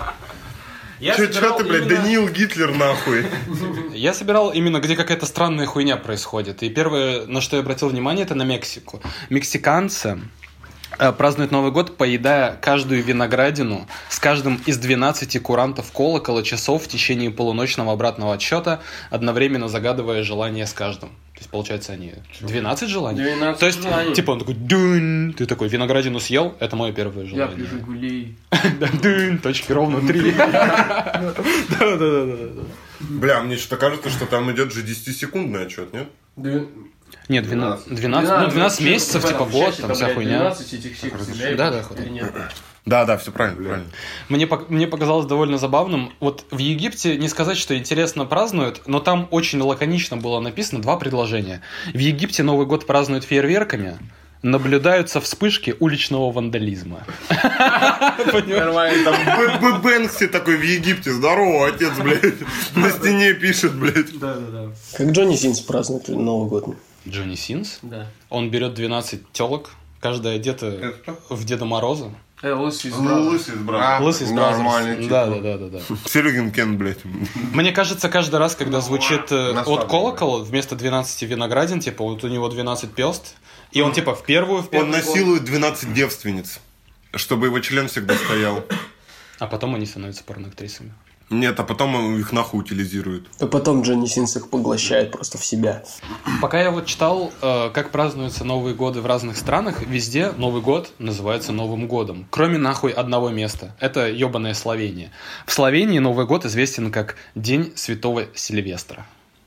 [SPEAKER 1] Я
[SPEAKER 3] Чё, чё
[SPEAKER 1] собирал
[SPEAKER 3] ты, блядь,
[SPEAKER 1] именно-
[SPEAKER 3] Даниил Гитлер, нахуй?
[SPEAKER 1] Я собирал именно, где какая-то странная хуйня происходит. И первое, на что я обратил внимание, это на Мексику. Мексиканцы э, празднуют Новый год, поедая каждую виноградину с каждым из двенадцати курантов колокола часов в течение полуночного обратного отсчета, одновременно загадывая желание с каждым. То есть, получается, они двенадцать желаний?
[SPEAKER 2] двенадцать
[SPEAKER 1] То есть,
[SPEAKER 2] желаний.
[SPEAKER 1] типа, он такой, дун, ты такой, виноградину съел, это мое первое
[SPEAKER 5] Я
[SPEAKER 1] желание.
[SPEAKER 5] пью «Жигулей».
[SPEAKER 1] Да, дун, точки ровно три. Да-да-да.
[SPEAKER 3] Бля, мне что-то кажется, что там идет же десятисекундный отчет, нет?
[SPEAKER 1] Нет, двенадцать, двенадцать, ну, двенадцать месяцев, типа год, там вся хуйня.
[SPEAKER 5] двенадцать этих всех вселяй,
[SPEAKER 1] Да, да,
[SPEAKER 5] или нет?
[SPEAKER 3] Да, да, все правильно, правильно.
[SPEAKER 1] Мне, пок- мне показалось довольно забавным. Вот в Египте, не сказать, что интересно празднуют, но там очень лаконично было написано два предложения. В Египте Новый год празднуют фейерверками, наблюдаются вспышки уличного вандализма.
[SPEAKER 5] Нормально.
[SPEAKER 3] Там Б- Б- Бэнкси такой в Египте. Здорово, отец, блядь. На стене пишет, блядь.
[SPEAKER 5] Да, да, да.
[SPEAKER 2] Как Джонни Синс празднует Новый год.
[SPEAKER 1] Джонни Синс.
[SPEAKER 5] Да.
[SPEAKER 1] Он берет двенадцать телок, каждая одета в Деда Мороза.
[SPEAKER 5] Э, Лысый из
[SPEAKER 3] Лысый брат.
[SPEAKER 1] Лысый из
[SPEAKER 4] нормальный
[SPEAKER 1] Бразерс.
[SPEAKER 4] тип.
[SPEAKER 1] Да, да, да, да, да.
[SPEAKER 3] Серегин Кен, блядь.
[SPEAKER 1] Мне кажется, каждый раз, когда звучит э,
[SPEAKER 4] Наставник,
[SPEAKER 1] от колокола, вместо двенадцати виноградин, типа, вот у него двенадцать пёст, и он, типа, в первую, в
[SPEAKER 3] Он
[SPEAKER 1] первую...
[SPEAKER 3] насилует двенадцать девственниц, чтобы его член всегда стоял.
[SPEAKER 1] А потом они становятся порноактрисами.
[SPEAKER 3] Нет, а потом их нахуй утилизируют.
[SPEAKER 2] А потом Джонни Синс их поглощает просто в себя.
[SPEAKER 1] Пока я вот читал, э, как празднуются Новые годы в разных странах, везде Новый год называется Новым годом. Кроме нахуй одного места. Это ебаная Словения. В Словении Новый год известен как День Святого Сильвестра.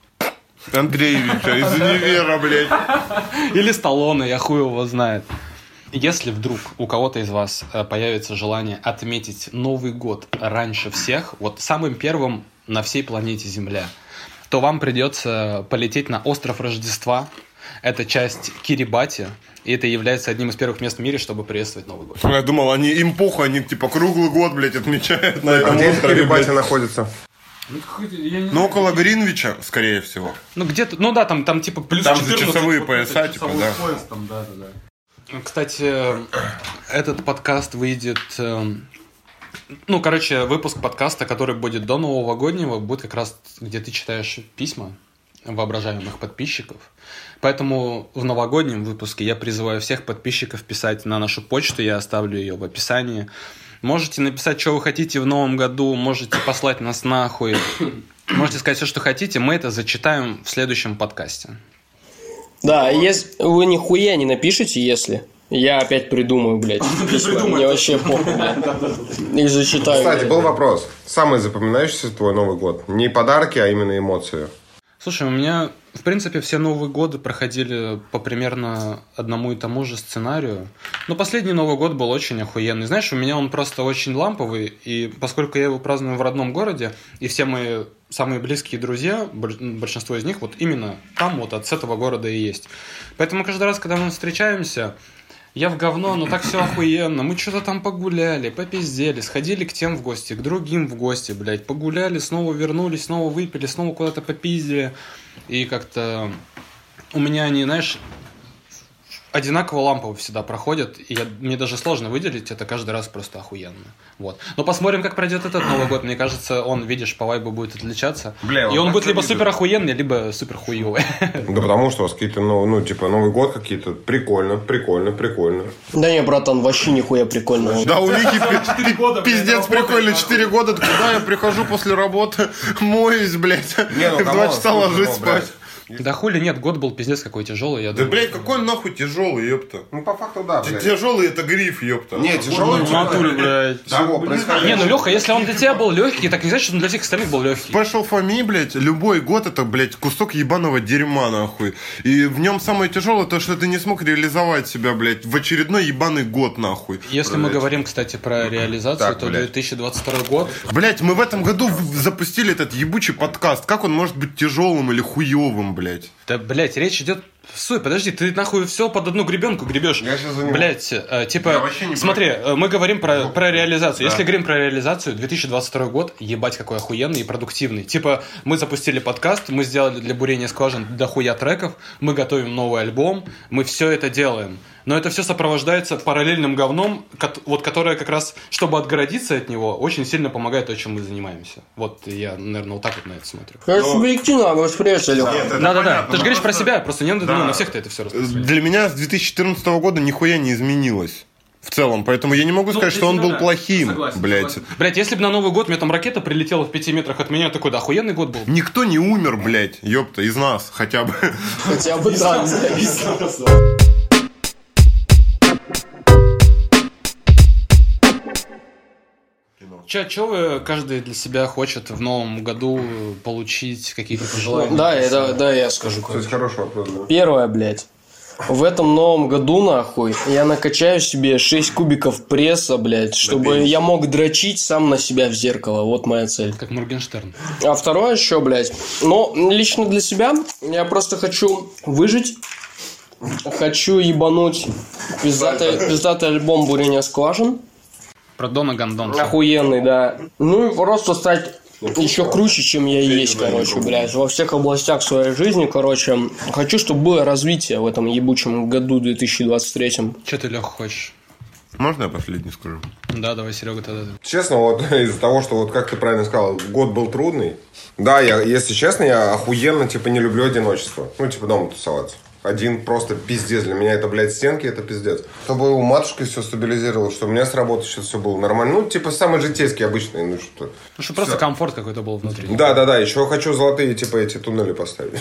[SPEAKER 3] Андреевича из универа, блядь.
[SPEAKER 1] Или Сталлоне, я хуй его знает. Если вдруг у кого-то из вас э, появится желание отметить Новый год раньше всех, вот самым первым на всей планете Земля, то вам придется полететь на остров Рождества. Это часть Кирибати, и это является одним из первых мест в мире, чтобы приветствовать Новый год.
[SPEAKER 3] Я думал, они им похуй, они типа круглый год, блядь, отмечают на этом
[SPEAKER 4] Где
[SPEAKER 3] острове,
[SPEAKER 4] Кирибати
[SPEAKER 3] блядь.
[SPEAKER 4] находится?
[SPEAKER 3] Ну, около Гринвича, скорее всего.
[SPEAKER 1] Ну, где-то, ну да, там, там типа плюс
[SPEAKER 3] Там же
[SPEAKER 1] четырнадцать.
[SPEAKER 3] часовые пояса, типа, да.
[SPEAKER 5] Поезд там, да, да, да.
[SPEAKER 1] Кстати, этот подкаст выйдет... э, Ну, короче, выпуск подкаста, который будет до новогоднего, будет как раз, где ты читаешь письма воображаемых подписчиков. Поэтому в новогоднем выпуске я призываю всех подписчиков писать на нашу почту, я оставлю ее в описании. Можете написать, что вы хотите в новом году, можете послать нас нахуй, можете сказать все, что хотите, мы это зачитаем в следующем подкасте.
[SPEAKER 2] Да, если вы нихуя не напишите, если я опять придумаю, блядь, письма. Мне вообще похуй, блядь. И зачитаю.
[SPEAKER 4] Кстати,
[SPEAKER 2] блядь.
[SPEAKER 4] был вопрос. Самый запоминающийся твой Новый год? Не подарки, а именно эмоции.
[SPEAKER 1] Слушай, у меня, в принципе, все Новые годы проходили по примерно одному и тому же сценарию. Но последний Новый год был очень охуенный. Знаешь, у меня он просто очень ламповый, и поскольку я его праздную в родном городе, и все мои самые близкие друзья, большинство из них, вот именно там вот от этого города и есть. Поэтому каждый раз, когда мы встречаемся, я в говно, но так все охуенно. Мы что-то там погуляли, попиздели, сходили к тем в гости, к другим в гости, блядь. Погуляли, снова вернулись, снова выпили, снова куда-то попиздили. И как-то у меня они, знаешь, одинаково лампово всегда проходят. И я, мне даже сложно выделить, это каждый раз просто охуенно. Вот. Но посмотрим, как пройдет этот Новый год. Мне кажется, он, видишь, по вайбу будет отличаться.
[SPEAKER 4] Бля,
[SPEAKER 1] и
[SPEAKER 4] вот
[SPEAKER 1] он
[SPEAKER 4] как
[SPEAKER 1] будет либо
[SPEAKER 4] завидую.
[SPEAKER 1] супер охуенный, либо супер хуёвый.
[SPEAKER 4] Да потому что у вас какие-то, ну, ну, типа, Новый год какие-то. Прикольно, прикольно, прикольно.
[SPEAKER 2] Да не, братан, вообще нихуя прикольного.
[SPEAKER 3] Да, у Вики пи- пи- пиздец прикольно, четыре года, куда я прихожу после работы, моюсь, блядь,
[SPEAKER 4] Не, ну,
[SPEAKER 3] и в
[SPEAKER 4] камон,
[SPEAKER 3] два часа
[SPEAKER 4] слушай,
[SPEAKER 3] ложусь
[SPEAKER 4] ну,
[SPEAKER 3] спать.
[SPEAKER 4] блядь.
[SPEAKER 1] Да хули нет, год был пиздец какой тяжелый, я
[SPEAKER 3] Да,
[SPEAKER 1] думаю.
[SPEAKER 3] блядь, какой он нахуй тяжелый, ёпта.
[SPEAKER 4] Ну, по факту, да, блядь.
[SPEAKER 3] Тяжелый это гриф, ёпта.
[SPEAKER 4] Не, тяжелый,
[SPEAKER 1] В натуре, блядь.
[SPEAKER 4] Всего происходящего.
[SPEAKER 1] Не, ну Леха, если он для тебя был легкий, так не значит, что он для всех остальных был легкий.
[SPEAKER 3] Special for me, блядь, любой год это, блядь, кусок ебаного дерьма, нахуй. И в нем самое тяжелое то, что ты не смог реализовать себя, блядь, в очередной ебаный год, нахуй.
[SPEAKER 1] Если мы говорим, кстати, про реализацию,
[SPEAKER 4] Так,
[SPEAKER 1] то
[SPEAKER 4] блядь.
[SPEAKER 1] две тысячи двадцать второй год.
[SPEAKER 3] Блядь, мы в этом году в- запустили этот ебучий подкаст. Как он может быть тяжелым или хуевым, блядь?
[SPEAKER 1] Да, блядь, речь идет... Стой, подожди, ты нахуй все под одну гребенку гребешь.
[SPEAKER 4] Я щас за него.
[SPEAKER 1] Блядь, э, типа,
[SPEAKER 3] Я вообще не
[SPEAKER 1] смотри, э, мы говорим про, про реализацию.
[SPEAKER 3] Да.
[SPEAKER 1] Если говорим про реализацию, две тысячи двадцать второй год, ебать, какой охуенный и продуктивный. Типа, мы запустили подкаст, мы сделали для бурения скважин дохуя треков, мы готовим новый альбом, мы все это делаем. Но это все сопровождается параллельным говном, кот- вот, которое как раз, чтобы отгородиться от него, очень сильно помогает то, чем мы занимаемся. Вот я, наверное, вот так вот на это смотрю.
[SPEAKER 2] Это субъективно восприятие, Лёха.
[SPEAKER 1] Да-да-да, ты же говоришь про себя, просто не надо
[SPEAKER 3] Да.
[SPEAKER 1] ну, на всех ты это все распространять.
[SPEAKER 3] Для меня с две тысячи четырнадцатого года нихуя не изменилось. В целом, поэтому я не могу сказать, что он был
[SPEAKER 5] да.
[SPEAKER 3] плохим,
[SPEAKER 5] Согласен,
[SPEAKER 3] блядь.
[SPEAKER 5] согласен.
[SPEAKER 1] Блять, если бы на Новый год у меня там ракета прилетела в пяти метрах от меня, такой, да охуенный год был.
[SPEAKER 3] Никто не умер, блядь, ёпта, из нас хотя бы.
[SPEAKER 2] Хотя бы так.
[SPEAKER 1] Че, че вы каждый для себя хочет в новом году получить какие-то пожелания?
[SPEAKER 2] Да, я- да, да, я скажу.
[SPEAKER 4] Кстати, хороший вопрос, да.
[SPEAKER 2] Первое, блядь. В этом новом году, нахуй, я накачаю себе шесть кубиков пресса, блядь, чтобы я мог дрочить сам на себя в зеркало. Вот моя цель.
[SPEAKER 1] Как Моргенштерн.
[SPEAKER 2] А второе еще, блядь. Ну, лично для себя я просто хочу выжить. Хочу ебануть пиздатый, пиздатый альбом «Бурение скважин».
[SPEAKER 1] Про Дона Гондонца.
[SPEAKER 2] Охуенный, да. Ну и просто стать еще круче, чем я и есть, короче, блядь. Во всех областях своей жизни, короче. Хочу, чтобы было развитие в этом ебучем году две тысячи двадцать третьем.
[SPEAKER 1] Че ты, Лех, хочешь?
[SPEAKER 3] Можно я последний скажу?
[SPEAKER 1] Да, давай, Серега, тогда ты.
[SPEAKER 4] Честно, вот из-за того, что вот как ты правильно сказал, год был трудный. Да, я, если честно, я охуенно, типа, не люблю одиночество. Ну, типа, дома тусоваться. Один просто пиздец. Для меня это, блядь, стенки, это пиздец. Чтобы у матушки все стабилизировалось, чтобы у меня с работы сейчас все было нормально. Ну, типа, самый житейский, обычный, ну, что.
[SPEAKER 1] Ну, чтобы просто комфорт какой-то был внутри.
[SPEAKER 4] Да, да, да. Еще хочу золотые, типа, эти туннели поставить.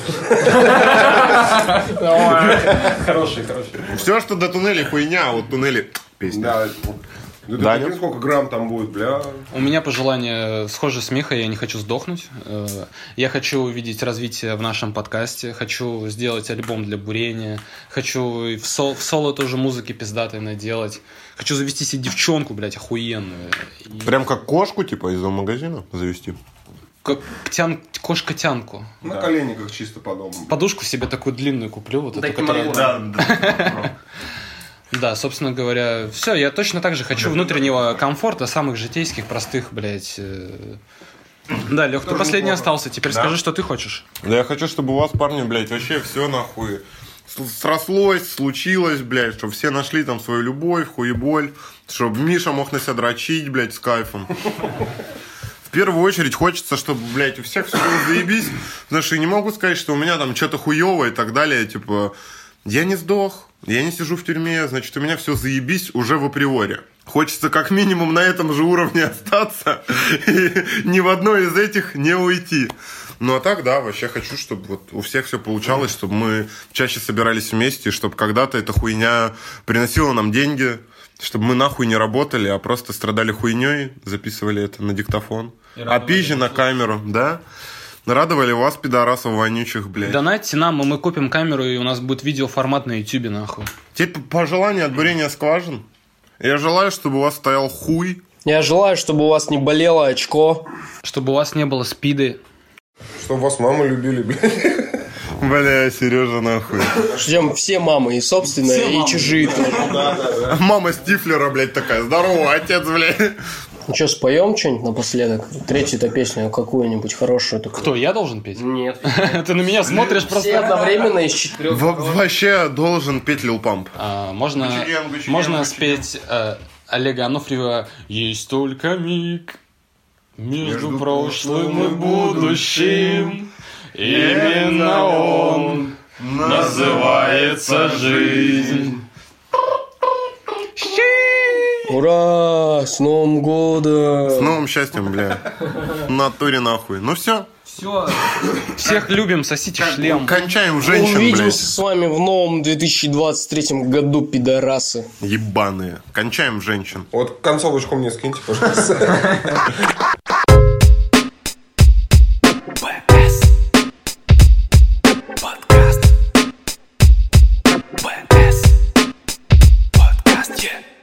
[SPEAKER 1] Хороший, хороший.
[SPEAKER 3] Все, что до туннелей хуйня, а вот туннели песня.
[SPEAKER 4] Да.
[SPEAKER 3] Да,
[SPEAKER 4] Да,
[SPEAKER 3] нет?
[SPEAKER 4] сколько грамм там будет, бля.
[SPEAKER 1] У меня пожелание схоже с Михой, я не хочу сдохнуть. Э, Я хочу увидеть развитие в нашем подкасте, хочу сделать альбом для бурения, хочу и в, сол- в соло тоже музыки пиздатой наделать, хочу завести себе девчонку, блядь, охуенную. И
[SPEAKER 3] Прям как кошку, типа, из магазина завести.
[SPEAKER 1] как тян- кошка-тянку.
[SPEAKER 4] На коленниках чисто по дому.
[SPEAKER 1] Подушку себе такую длинную куплю, вот эту,
[SPEAKER 5] Так и
[SPEAKER 1] которая...
[SPEAKER 5] могу.
[SPEAKER 3] Да, да.
[SPEAKER 1] Да, собственно говоря, все, я точно так же хочу внутреннего комфорта, самых житейских, простых, блядь. э. Да, Лех, ты последний остался, теперь скажи, что ты хочешь.
[SPEAKER 3] Да я хочу, чтобы у вас, парни, блядь, вообще все нахуй с- срослось, случилось, блядь, чтобы все нашли там свою любовь, хуеболь, чтобы Миша мог на себя дрочить, блядь, с кайфом. В первую очередь хочется, чтобы, блядь, у всех все было заебись, потому что я не могу сказать, что у меня там что-то хуевое и так далее, типа, я не сдох, я не сижу в тюрьме, значит, у меня все заебись уже в априори. Хочется как минимум на этом же уровне остаться и ни в одной из этих не уйти. Ну а так, да, вообще хочу, чтобы вот у всех все получалось, чтобы мы чаще собирались вместе, чтобы когда-то эта хуйня приносила нам деньги, чтобы мы нахуй не работали, а просто страдали хуйней, записывали это на диктофон, а пизже на камеру, да? Радовали вас, пидорасов вонючих, блядь.
[SPEAKER 1] Донатьте нам, и мы купим камеру, и у нас будет видеоформат на ютубе, нахуй.
[SPEAKER 3] Теперь пожелание от бурения скважин. Я желаю, чтобы у вас стоял хуй.
[SPEAKER 2] Я желаю, чтобы у вас не болело очко.
[SPEAKER 1] Чтобы у вас не было спиды.
[SPEAKER 4] Чтобы вас мамы любили, блядь.
[SPEAKER 3] Бля, Сережа, нахуй.
[SPEAKER 2] Ждем все мамы, и собственные, и чужие тоже.
[SPEAKER 3] Мама Стифлера, блядь, такая. Здорово, отец, блядь.
[SPEAKER 2] Ну что, споем что-нибудь напоследок? Третью-то песню какую-нибудь хорошую такую.
[SPEAKER 1] Кто, я должен петь?
[SPEAKER 2] Нет.
[SPEAKER 1] Ты на меня смотришь
[SPEAKER 2] Все
[SPEAKER 1] просто...
[SPEAKER 2] одновременно из четырех.
[SPEAKER 3] Во- Вообще должен петь Лил Памп.
[SPEAKER 1] А, можно
[SPEAKER 3] Гучи-ген, гучи-ген,
[SPEAKER 1] можно
[SPEAKER 3] гучи-ген.
[SPEAKER 1] спеть э, Олега Анофриева «Есть только миг между прошлым и будущим, именно он называется жизнь».
[SPEAKER 2] Ура! С Новым годом!
[SPEAKER 3] С новым счастьем, бля. В натуре нахуй. Ну все,
[SPEAKER 5] Все.
[SPEAKER 1] Всех любим, сосите шлем.
[SPEAKER 3] Кончаем женщин,
[SPEAKER 2] Увидимся
[SPEAKER 3] блядь.
[SPEAKER 2] с вами в новом две тысячи двадцать третьем году, пидорасы.
[SPEAKER 3] Ебаные. Кончаем женщин.
[SPEAKER 4] Вот концовочку мне скиньте, пожалуйста.
[SPEAKER 6] Подкаст. Подкаст. Yeah.